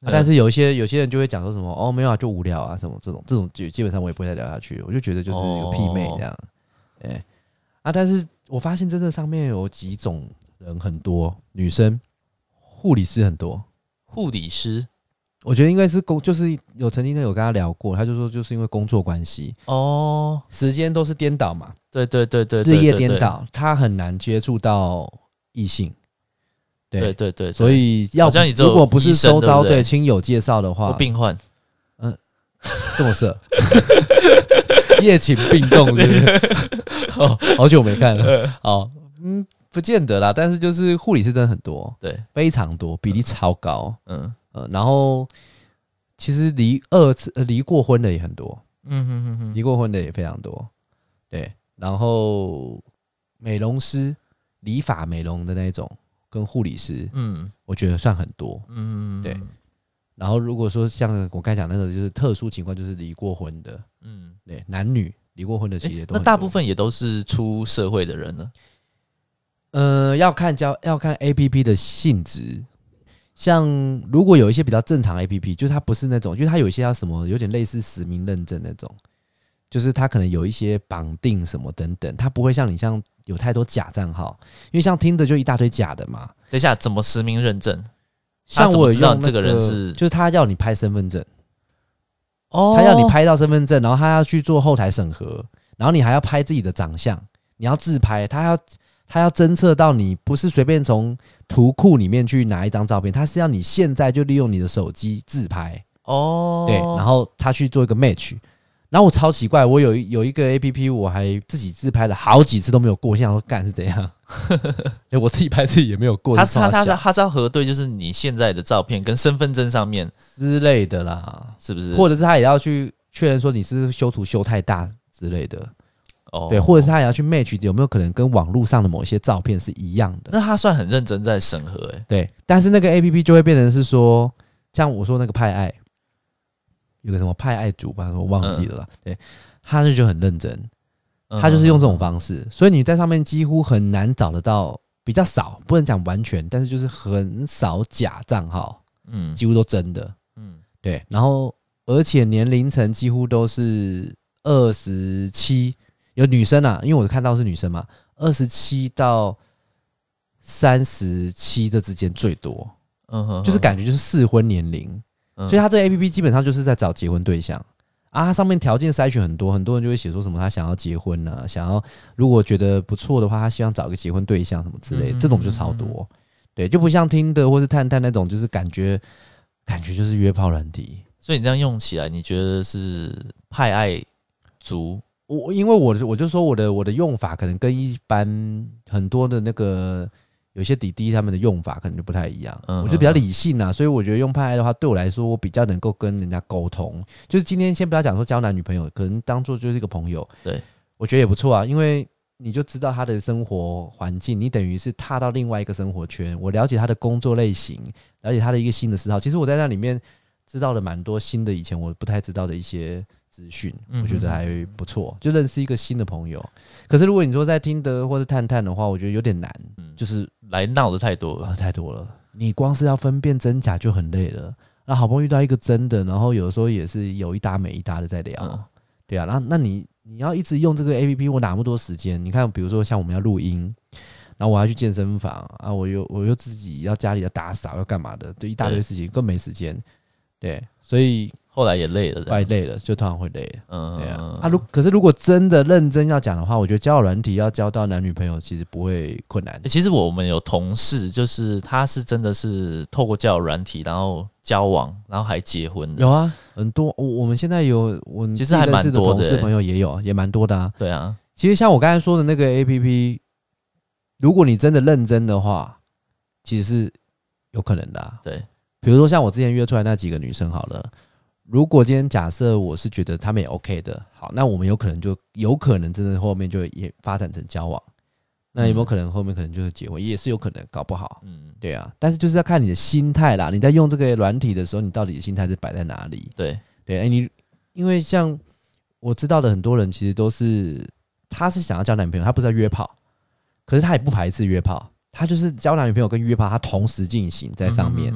啊、但是有一些有些人就会讲说什么哦没有啊就无聊啊什么这种这种基本上我也不会再聊下去，我就觉得就是有媲美这样，哎、哦、啊，但是我发现真的上面有几种人很多，女生护理师很多， 护理师， 我觉得应该是工，就是有曾经有跟他聊过，他就说就是因为工作关系哦，时间都是颠倒嘛， 对对对对， 日夜颠倒，他很难接触到异性。 对对 对, 对， 所以要如果不是周遭对亲友介绍的话， 病患， 嗯、呃，这么色，夜寝病重是不是？哦，好久没看了，哦，嗯，不见得啦，但是就是护理师真的很多， 对， 非常多，比例超高，嗯呃，然后其实离二次离过婚的也很多，嗯哼哼哼，离过婚的也非常多，对，然后美容师、理发美容的那种。跟护理师，嗯，我觉得算很多，嗯，对。然后如果说像我刚才讲那个，就是特殊情况，就是离过婚的，嗯，对，男女离过婚的其实都很多， 那大部分也都是出社会的人了。 呃，要看交要看 A P P 的性质，像如果有一些比较正常 A P P， 就是它不是那种，就是它有一些要什么有点类似实名认证那种，就是它可能有一些绑定什么等等，它不会像你像。有太多假账号，因为像听的就一大堆假的嘛。 等一下，怎么实名认证？ 像我知道这个人是， 就是他要你拍身份证，哦，他要你拍到身份证，然后他要去做后台审核，然后你还要拍自己的长相，你要自拍，他要他要侦测到你不是随便从图库里面去拿一张照片，他是要你现在就利用你的手机自拍，哦，对，然后他去做一个 match。然后我超奇怪，我有有一个 A P P， 我还自己自拍了好几次都没有过，我想说干是怎样？我自己拍自己也没有过。 他他他他是要核对，就是你现在的照片跟身份证上面之类的啦， 是不是？ 或者是他也要去确认说你是修图修太大之类的，哦，对，或者是他也要去 match 有没有可能跟网络上的某些照片是一样的。 那他算很认真在审核哎、欸。 对，但是那个 A P P 就会变成是说，像我说那个派爱。有个什么派爱组吧，我忘记了啦、嗯、对，他就就很认真，他就是用这种方式，所以你在上面几乎很难找得到，比较少，不能讲完全，但是就是很少假账号，嗯，几乎都真的，嗯，对，然后而且年龄层几乎都是二十七，有女生啊，因为我看到是女生嘛，二十七到三十七这之间最多，嗯哼，就是感觉就是适婚年龄。所以他这个 A P P 基本上就是在找结婚对象啊，它上面条件筛选很多，很多人就会写说什么他想要结婚啊，想要如果觉得不错的话，他希望找一个结婚对象什么之类的，这种就超多，对，就不像Tinder或是探探那种，就是感觉感觉就是约炮软体。 所以你这样用起来，你觉得是派爱族？ 我因为我我就说我的我的用法可能跟一般很多的那个。有些弟弟他们的用法可能就不太一样，嗯、我就比较理性啊，所以我觉得用派爱的话，对我来说，我比较能够跟人家沟通。就是今天先不要讲说交男女朋友，可能当做就是一个朋友， 对， 我觉得也不错啊，因为你就知道他的生活环境，你等于是踏到另外一个生活圈。我了解他的工作类型，了解他的一个新的嗜好。其实我在那里面知道了蛮多新的以前我不太知道的一些资讯，我觉得还不错，就认识一个新的朋友。可是如果你说在Tinder或是探探的话，我觉得有点难，嗯、就是来闹的太多了、 啊，太多了。你光是要分辨真假就很累了。那好不容易遇到一个真的，然后有的时候也是有一搭没一搭的在聊，嗯、对啊。那那你你要一直用这个 A P P， 我哪那么多时间？你看，比如说像我们要录音，然后我要去健身房啊，我又我又自己要家里要打扫要干嘛的，对，一大堆事情更没时间。对，所以。 后来也累了， 后来累了，就通常会累了。嗯，对啊。啊，如可是如果真的认真要讲的话，我觉得交友软体要交到男女朋友，其实不会困难。 其实我们有同事，就是他是真的是透过交友软体，然后交往，然后还结婚的。 有啊，很多。我我们现在有我其实还蛮多的， 同事朋友也有，也蛮多的啊。 对啊， 其实像我刚才说的那个 A P P， 如果你真的认真的话，其实是有可能的、啊。 对， 比如说像我之前约出来那几个女生好了。如果今天假设我是觉得他们也 OK 的，好，那我们有可能就有可能真的后面就也发展成交往，那有没有可能后面可能就是结婚，也是有可能，搞不好，嗯，对啊，但是就是要看你的心态啦，你在用这个软体的时候，你到底的心态是摆在哪里？ 对对，欸、你因为像我知道的很多人其实都是他是想要交男朋友，他不是要约炮，可是他也不排斥约炮，他就是交男女朋友跟约炮，他同时进行在上面。嗯哼嗯哼，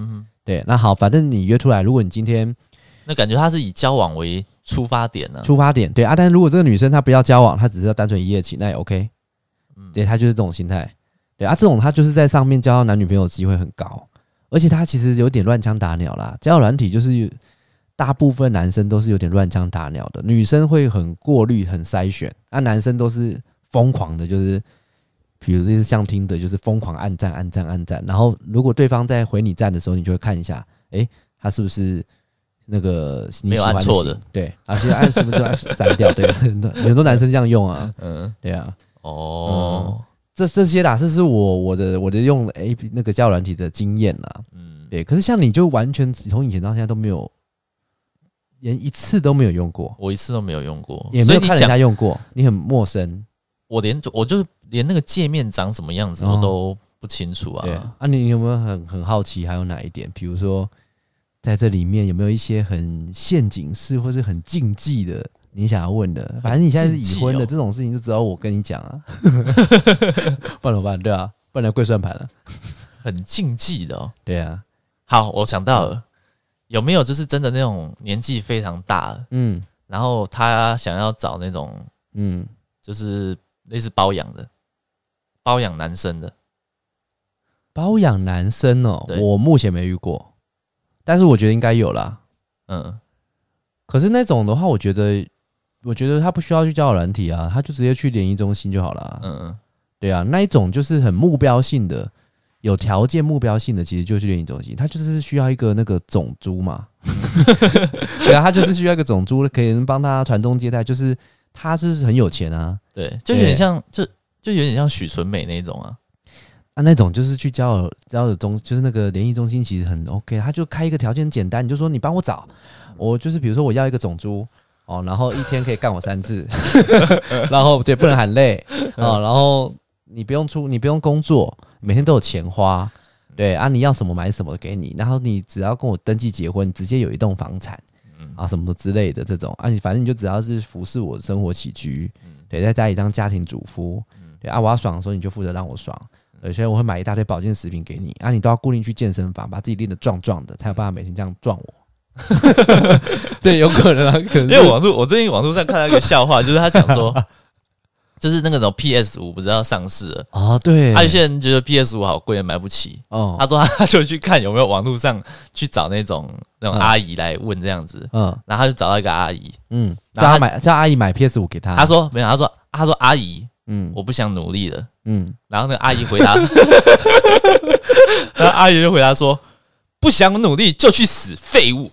对，那好，反正你约出来，如果你今天那感觉他是以交往为出发点呢、啊， 出发点对啊，但是如果这个女生她不要交往，她只是要单纯一夜情，那也 OK， 嗯，对，她就是这种心态，对啊，这种她就是在上面交到男女朋友的机会很高，而且她其实有点乱枪打鸟啦，交友软体就是大部分男生都是有点乱枪打鸟的，女生会很过滤、很筛选，啊，男生都是疯狂的，就是比如就是像听的，就是疯狂按赞、按赞、按赞，然后如果对方在回你赞的时候，你就会看一下，诶，他是不是那个你喜欢的没有按错的， 对，而且按什么都要删掉，对，很多很多男生这样用啊，嗯，对啊， 哦， 嗯、这这些啦，这是我我的我的用 A P 那个交友软体的经验啦，嗯，对，可是像你就完全从以前到现在都没有。连一次都没有用过， 我一次都没有用过， 也没有看人家用过，你很陌生。 我连我就连那个界面长什么样子我都不清楚啊。 对啊，啊你有没有很很好奇还有哪一点？比如说在这里面有没有一些很陷阱式或是很禁忌的？你想要问的？反正你现在是已婚的，哦、这种事情就只要我跟你讲啊。不然怎么办？对啊，不然跪算盘了。 很禁忌的哦。 对啊。 好，我想到了。有没有就是真的那种年纪非常大了，嗯，然后他想要找那种，嗯，就是类似包养的，包养男生的， 包养男生哦，我目前没遇过，但是我觉得应该有啦，嗯，可是那种的话，我觉得，我觉得他不需要去交友软体啊，他就直接去联谊中心就好了，嗯嗯，对啊，那一种就是很目标性的。有条件目标性的其实就是联谊中心，它就是需要一个那个种猪嘛，对啊，他就是需要一个种猪，可以帮他传宗接代，就是他是很有钱啊， 对，就有点像，就就有点像许纯美那种啊， 啊那种就是去交友交友中，就是那个联谊中心其实很 OK， 他就开一个条件简单，你就说你帮我找，我就是比如说我要一个种猪哦，然后一天可以干我三次，然后对不能喊累哦，然后你不用出，你不用工作。每天都有钱花，对啊，你要什么买什么给你，然后你只要跟我登记结婚，直接有一栋房产，啊什么之类的这种啊，你反正你就只要是服侍我的生活起居，对，在家里当家庭主妇，对啊，我要爽的时候你就负责让我爽，对，所以我会买一大堆保健食品给你啊，你都要固定去健身房，把自己练得壮壮的，才有办法每天这样撞我。对，有可能啊，可能因为网络，我最近网络上看到一个笑话，就是他讲说。就是那个种 P S 五 不是要上市了哦，对， 啊，有些人觉得 P S 五 好贵，买不起。哦，他说他就去看有没有网络上去找那种那种阿姨来问这样子，嗯，然后他就找到一个阿姨，嗯， 叫他买叫阿姨买 P S 五 给他。 他说没有，他说他说阿姨，嗯，我不想努力了，嗯，然后那个阿姨回答，然后阿姨就回答说，不想努力就去死，废物。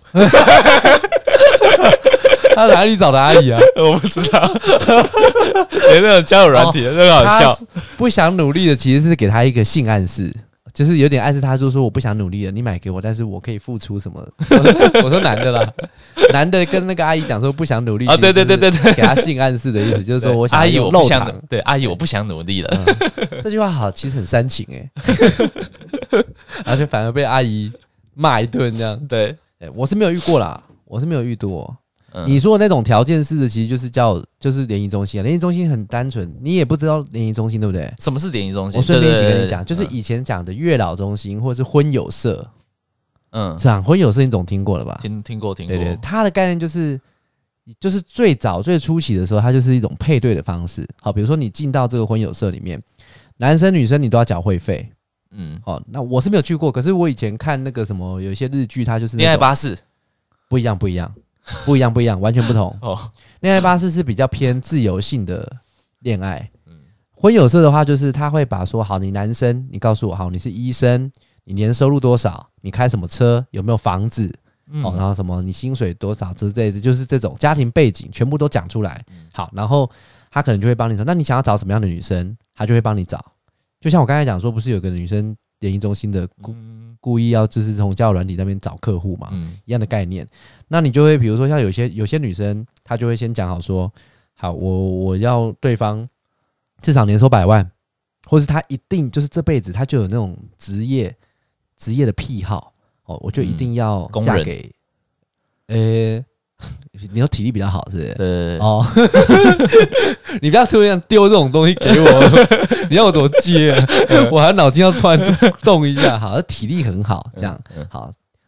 他哪里找的阿姨啊？ 我不知道，连那种交友软体那个好笑。 不想努力的其实是给他一个性暗示，就是有点暗示他说说我不想努力了，你买给我，但是我可以付出什么？我说男的啦，男的跟那个阿姨讲说不想努力啊，对对对对对， 给他性暗示的意思就是说我想阿姨我不想对阿姨我不想努力了。 嗯、这句话好，其实很煽情哎、欸，而且反而被阿姨骂一顿这样。 对， 欸、我是没有遇过啦，我是没有遇过。嗯、你说的那种条件式的，其实就是叫就是联谊中心啊。联谊中心很单纯，你也不知道联谊中心对不对？ 什么是联谊中心？ 我顺便一起跟你讲，就是以前讲的月老中心或者是婚友社。嗯，讲婚友社你总听过了吧？ 听听过听过。 对对，它的概念就是，就是最早最初期的时候，它就是一种配对的方式。好，比如说你进到这个婚友社里面，男生女生你都要缴会费。嗯，好，那我是没有去过，可是我以前看那个什么有一些日剧，它就是恋爱巴士， 不一样不一样。不一样，不一样，完全不同。哦，恋爱巴士是比较偏自由性的恋爱。嗯，婚友社的话，就是他会把说，好，你男生，你告诉我，好，你是医生，你年收入多少，你开什么车，有没有房子，嗯、哦，然后什么，你薪水多少之类的，就是这种家庭背景全部都讲出来。嗯、好，然后他可能就会帮你说，那你想要找什么样的女生，他就会帮你找。就像我刚才讲说，不是有个女生联谊中心的故、嗯、故意要就是从交友软体那边找客户嘛，嗯、一样的概念。那你就会比如说像有些有些女生，她就会先讲好说，好，我我要对方至少年收百万，或是她一定就是这辈子她就有那种职业职业的癖好哦，我就一定要嫁给，呃、嗯，你有体力比较好是不是？ 对哦，你不要突然丢这种东西给我，你让我怎么接啊？我还脑筋要突然动一下，好，体力很好，这样好。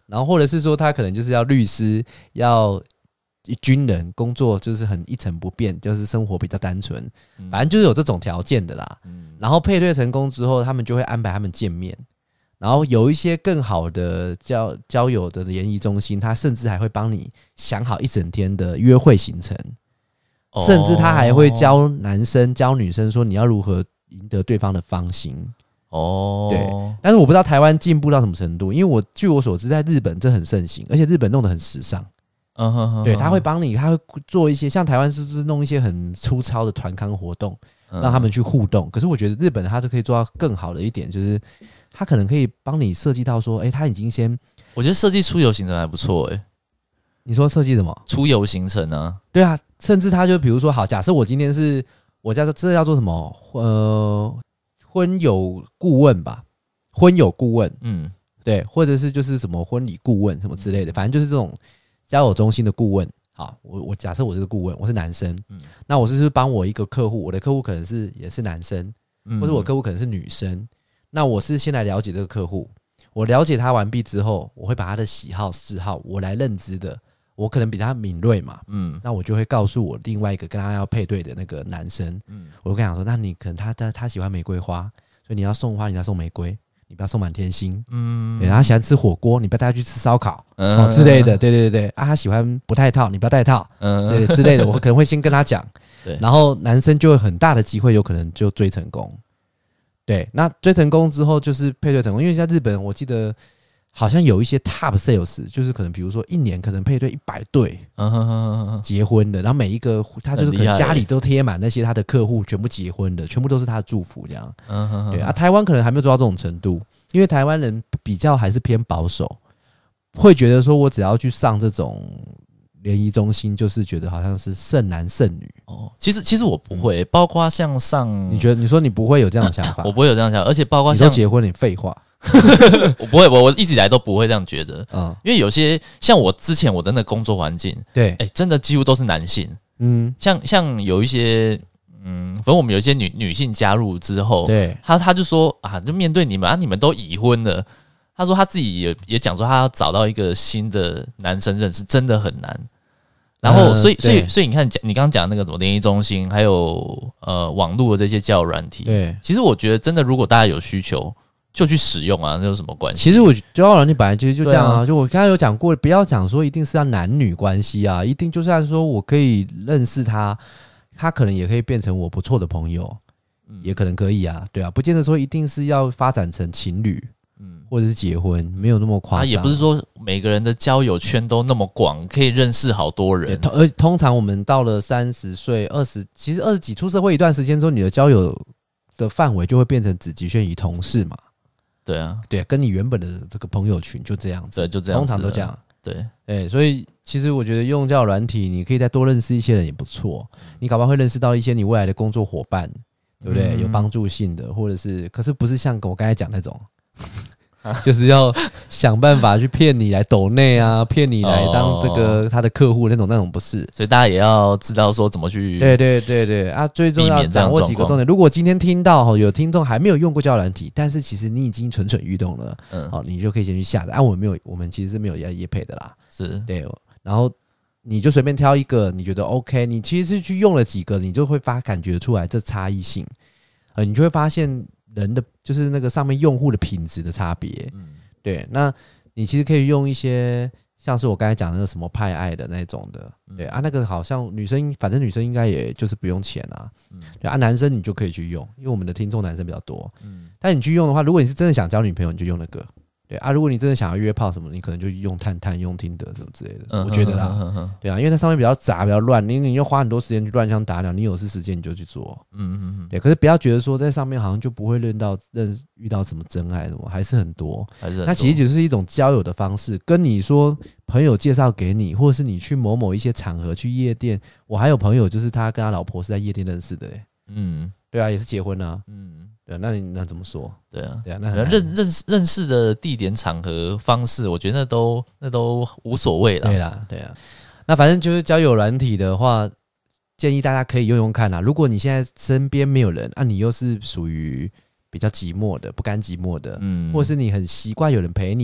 然后或者是说他可能就是要律师，要军人，工作就是很一成不变，就是生活比较单纯，嗯、反正就是有这种条件的啦。嗯、然后配对成功之后，他们就会安排他们见面。然后有一些更好的交交友的联谊中心，他甚至还会帮你想好一整天的约会行程，哦、甚至他还会教男生教女生说你要如何赢得对方的芳心。哦，对，但是我不知道台湾进步到什么程度，因为我据我所知，在日本这很盛行，而且日本弄得很时尚。嗯哼哼，对，他会帮你，他会做一些像台湾是不是弄一些很粗糙的团康活动，嗯、让他们去互动。可是我觉得日本他就可以做到更好的一点，就是他可能可以帮你设计到说，哎、欸，他已经先， 我觉得设计出游行程还不错，哎。 你说设计什么？ 出游行程啊？ 对啊，甚至他就比如说，好，假设我今天是我叫做这叫做什么？呃。婚友顾问吧，婚友顾问，嗯，对，或者是就是什么婚礼顾问什么之类的，反正就是这种交友中心的顾问。好，我我假设我这个顾问，我是男生，嗯，那我就是帮我一个客户，我的客户可能是也是男生，嗯，或者我客户可能是女生，那我是先来了解这个客户，我了解他完毕之后，我会把他的喜好嗜好我来认知的。我可能比他敏锐嘛，嗯，那我就会告诉我另外一个跟他要配对的那个男生，嗯，我就跟他讲说，那你可能他他他喜欢玫瑰花，所以你要送花，你要送玫瑰，你不要送满天星，嗯，对，他喜欢吃火锅，你不要带他去吃烧烤，嗯、哦之类的，对对对对，啊，他喜欢不带套，你不要带套，嗯，对之类的，我可能会先跟他讲，对，然后男生就会很大的机会有可能就追成功，对，那追成功之后就是配对成功，因为在日本我记得。好像有一些 top sales， 就是可能比如说一年可能配对一百对结婚的，然后每一个他就是可能家里都贴满那些他的客户全部结婚的，全部都是他的祝福这样。对啊，台湾可能还没有做到这种程度，因为台湾人比较还是偏保守，会觉得说我只要去上这种联谊中心，就是觉得好像是剩男剩女。 哦，其实其实我不会，包括像上， 你觉得你说你不会有这样的想法？ 我不会有这样想法，而且包括像你都结婚，你废话。 我不会，我我一直以来都不会这样觉得，嗯，因为有些像我之前我的那个工作环境， 对， 哎、欸，真的几乎都是男性，嗯，像像有一些，嗯，反正我们有一些女女性加入之后， 对， 他他就说啊，就面对你们啊，你们都已婚了，他说他自己也也讲说，他要找到一个新的男生认识真的很难，然后所以、嗯、所以所以你看，你刚刚讲那个什么联谊中心，还有呃网络的这些交友软体， 对， 其实我觉得真的，如果大家有需求。就去使用啊，那有什么关系？ 其实我交友软体本来就就这样啊，啊就我刚才有讲过，不要讲说一定是要男女关系啊，一定就算说我可以认识他，他可能也可以变成我不错的朋友，嗯、也可能可以啊，对啊，不见得说一定是要发展成情侣，嗯，或者是结婚，没有那么夸张、啊。 也不是说每个人的交友圈都那么广，可以认识好多人。 而通常我们到了三十岁、二十，其实二十几出社会一段时间之后，你的交友的范围就会变成只局限于同事嘛。 对啊， 对，跟你原本的这个朋友群就这样子， 对，就这样子， 通常都这样。 对， 对，所以其实我觉得用交友软体，你可以再多认识一些人也不错。你搞不好会认识到一些你未来的工作伙伴，对不对？嗯、有帮助性的，或者是，可是不是像我刚才讲那种，就是要想办法去骗你来抖内啊，骗你来当这个他的客户那种，那种不是。 所以大家也要知道说怎么去， 对对对对啊，最重要掌握几个重点。如果今天听到有听众还没有用过交友软体，但是其实你已经蠢蠢欲动了，嗯，好，你就可以先去下载。啊，我们没有，我们其实是没有要业配的啦， 是对。然后你就随便挑一个，你觉得 OK， 你其实是去用了几个，你就会发感觉出来这差异性，呃，你就会发现。人的就是那个上面用户的品质的差别，嗯，对，那你其实可以用一些像是我刚才讲的那个什么派爱的那种的，嗯、对啊，那个好像女生，反正女生应该也就是不用钱啊，嗯，对啊，男生你就可以去用，因为我们的听众男生比较多，嗯，但你去用的话，如果你是真的想交女朋友，你就用那个。对啊，如果你真的想要约炮什么，你可能就用探探、用听得什么之类的，嗯、我觉得啦，嗯嗯、对啊，因为它上面比较杂、比较乱，你你要花很多时间去乱枪打鸟，你有是时间你就去做，嗯嗯嗯，对。可是不要觉得说在上面好像就不会认到、认遇到什么真爱什么，还是很多， 还是很多。 它其实只是一种交友的方式，跟你说朋友介绍给你，或者是你去某某一些场合去夜店，我还有朋友就是他跟他老婆是在夜店认识的、欸，嗯，对啊，也是结婚啊，嗯。对啊，那你那怎么说？ 对啊， 对啊，那认认识认识的地点、场合、方式，我觉得那都那都无所谓啦。 对啦，对啊。那反正就是交友软体的话，建议大家可以用用看啦。如果你现在身边没有人，啊，你又是属于比较寂寞的、不甘寂寞的，嗯，或者是你很习惯有人陪你的，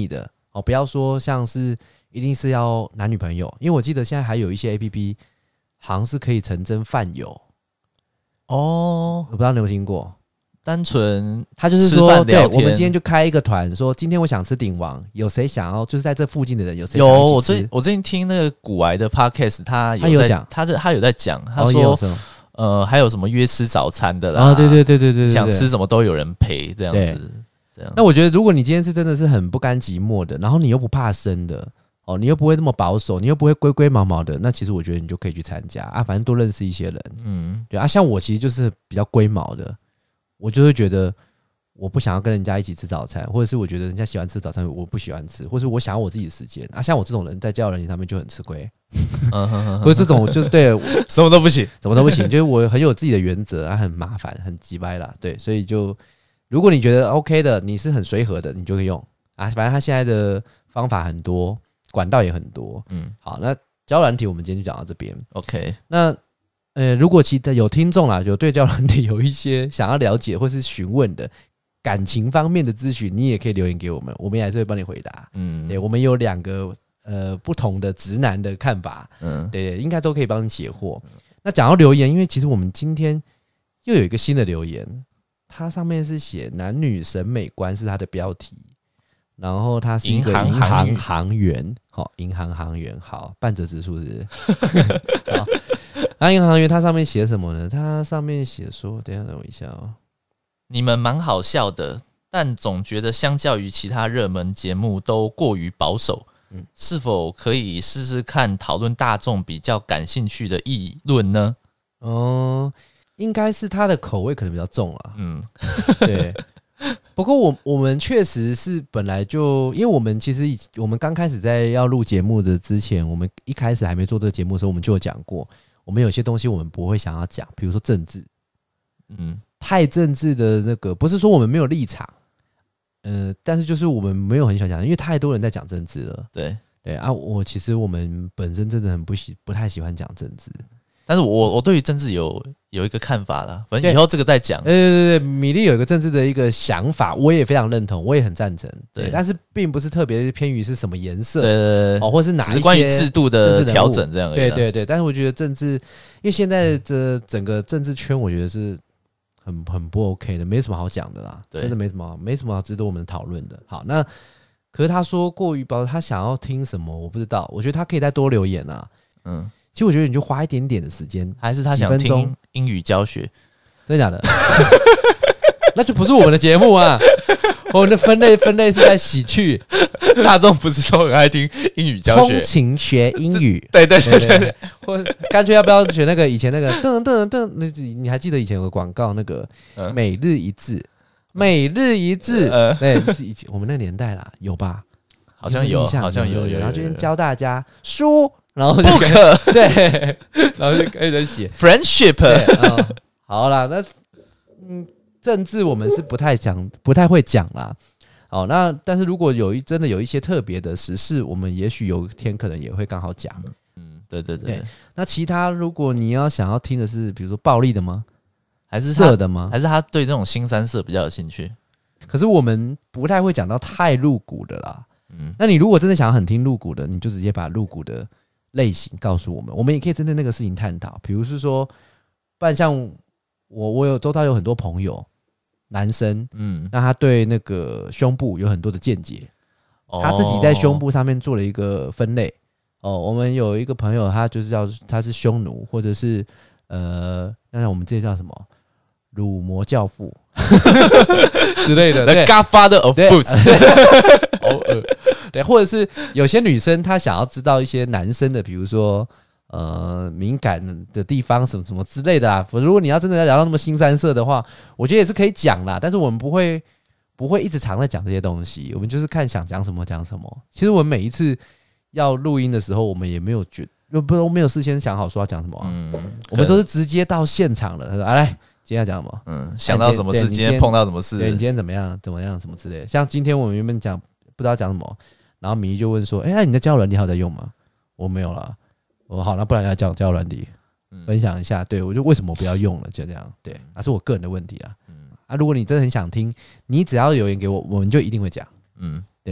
哦，不要说像是一定是要男女朋友，因为我记得现在还有一些 A P P 好像是可以成真饭友哦， 我不知道你有没有听过。 单纯他就是说，对，我们今天就开一个团，说今天我想吃鼎王，有谁想要？就是在这附近的人有谁想要一起吃？ 有，我最我最近听那个古癌的 podcast， 他有他有讲， 他这他有在讲，他说、哦、呃还有什么约吃早餐的啦， 啊、哦，对对对对 对, 对， 想吃什么都有人陪这样子。这样， 那我觉得如果你今天是真的是很不甘寂寞的，然后你又不怕生的。哦，你又不会那么保守，你又不会龟龟毛毛的，那其实我觉得你就可以去参加啊，反正多认识一些人，嗯，对啊，像我其实就是比较龟毛的，我就会觉得我不想要跟人家一起吃早餐，或者是我觉得人家喜欢吃早餐，我不喜欢吃，或者是我想要我自己的时间啊，像我这种人在交友软件上面就很吃亏，或者这种就是对什么都不行， 什么都不行，就是我很有自己的原则啊，很麻烦，很鸡掰啦，对，所以就如果你觉得 OK 的，你是很随和的，你就可以用啊，反正他现在的方法很多。管道也很多，嗯，好，那交友软体我们今天就讲到这边 ，OK。 那呃，如果其他有听众啦，有对交友软体有一些想要了解或是询问的感情方面的咨询，你也可以留言给我们，我们也还是会帮你回答。嗯，对，我们有两个呃不同的直男的看法，嗯，对，应该都可以帮你解惑。那讲到留言，因为其实我们今天又有一个新的留言，它上面是写男女审美观是它的标题。然后他是一个银行行员，好，银行行员，好，半折指数是不是？好，然后银行行员他上面写什么呢？他上面写说，等一下等我一下哦， 你们蛮好笑的，但总觉得相较于其他热门节目都过于保守，嗯，是否可以试试看讨论大众比较感兴趣的议论呢？ 哦，应该是他的口味可能比较重啊，嗯，对。不过我我们确实是本来就，因为我们其实我们刚开始在要录节目的之前，我们一开始还没做这个节目的时候，我们就有讲过，我们有些东西我们不会想要讲，比如说政治，嗯，太政治的那个，不是说我们没有立场，呃，但是就是我们没有很喜欢讲，因为太多人在讲政治了， 对对啊，我其实我们本身真的很不喜不太喜欢讲政治。 但是我我对于政治有有一个看法啦，反正以后这个再讲。 对对对，米粒有一个政治的一个想法，我也非常认同，我也很赞成。对，但是并不是特别偏于是什么颜色， 对对对， 哦，或是哪一些只是关于制度的调整这样而已。 对对对，但是我觉得政治，因为现在的整个政治圈，我觉得是很很不 OK 的，没什么好讲的啦，真的没什么没什么好值得我们讨论的。好，那可是他说过于保守，他想要听什么，我不知道，我觉得他可以再多留言啊，嗯。其实我觉得你就花一点点的时间， 还是他想听英语教学， 真的假的？那就不是我们的节目啊！我们的分类分类是在喜剧， 大众不是都很爱听英语教学？ 通勤学英语， 对对对 对, 对, 对， 或干脆要不要学那个以前那个噔噔噔？你你还记得以前有个广告那个每日一字，每日一字，呃，对，以前我们那个年代啦，有吧？ 好像有，好像有，有。 然后今天教大家书。然后不可对，然后就开始写 friendship。 嗯，好啦，那嗯，政治我们是不太讲，不太会讲啦。好，那但是如果有一真的有一些特别的时事，我们也许有一天可能也会刚好讲。 嗯，对对 对, 对。 那其他如果你要想要听的是，比如说暴力的吗？ 还是色的吗？ 还是他对这种新三色比较有兴趣？ 可是我们不太会讲到太露骨的啦。嗯，那你如果真的想要很听露骨的，你就直接把露骨的类型告诉我们，我们也可以针对那个事情探讨。比如是说，不然像我，我有周遭有很多朋友，男生，嗯，那他对那个胸部有很多的见解，哦、他自己在胸部上面做了一个分类。哦，我们有一个朋友，他就是叫他是胸奴，或者是呃，那我们这叫什么乳魔教父之类的 ，The Godfather of Boots。 偶尔，对，或者是有些女生她想要知道一些男生的，比如说呃敏感的地方什么什么之类的啊。如果你要真的要聊到那么新三色的话，我觉得也是可以讲啦。但是我们不会不会一直常在讲这些东西，我们就是看想讲什么讲什么。其实我们每一次要录音的时候，我们也没有觉得不没有事先想好说要讲什么、啊，嗯，我们都是直接到现场了。他说：“啊，来，今天要讲什么？ 嗯，想到什么事，今天碰到什么事， 对你今天怎么样，怎么样，什么之类的。像今天我们原本讲。”不知道讲什么，然后米就问说：“哎、欸，那你的交友软体还有在用吗？”我没有啦。我说好，那不然要讲交友软体，分享一下。对我就为什么不要用了，就这样。对，那是我个人的问题啊。嗯啊，如果你真的很想听，你只要留言给我，我们就一定会讲。嗯，对，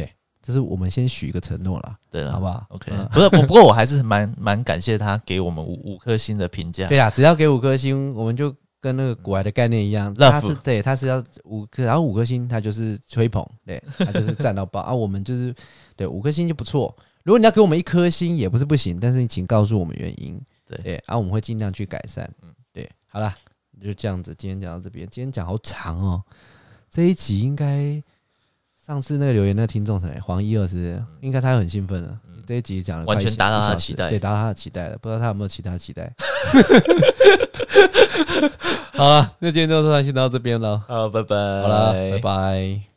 这是我们先许一个承诺啦， 对了， 好不好 ？OK，、嗯、不是，不过我还是蛮蛮感谢他给我们五五颗星的评价。 对啦，只要给五颗星，我们就跟那个古玩的概念一样，他是对，他是要五颗，然后五颗星他就是吹捧，对，他就是赞到爆啊。我们就是对五颗星就不错。如果你要给我们一颗星也不是不行，但是你请告诉我们原因，对，对啊，我们会尽量去改善。嗯，对，好啦，就这样子，今天讲到这边，今天讲好长哦，这一集应该。上次那个留言那个听众谁黄一二是、嗯、应该他很兴奋了、嗯，这一集讲了完全达到他的期待， 对，达到他的期待了，不知道他有没有其他期待。好了，那今天就先到这边了， 好，拜拜， 好了，拜拜。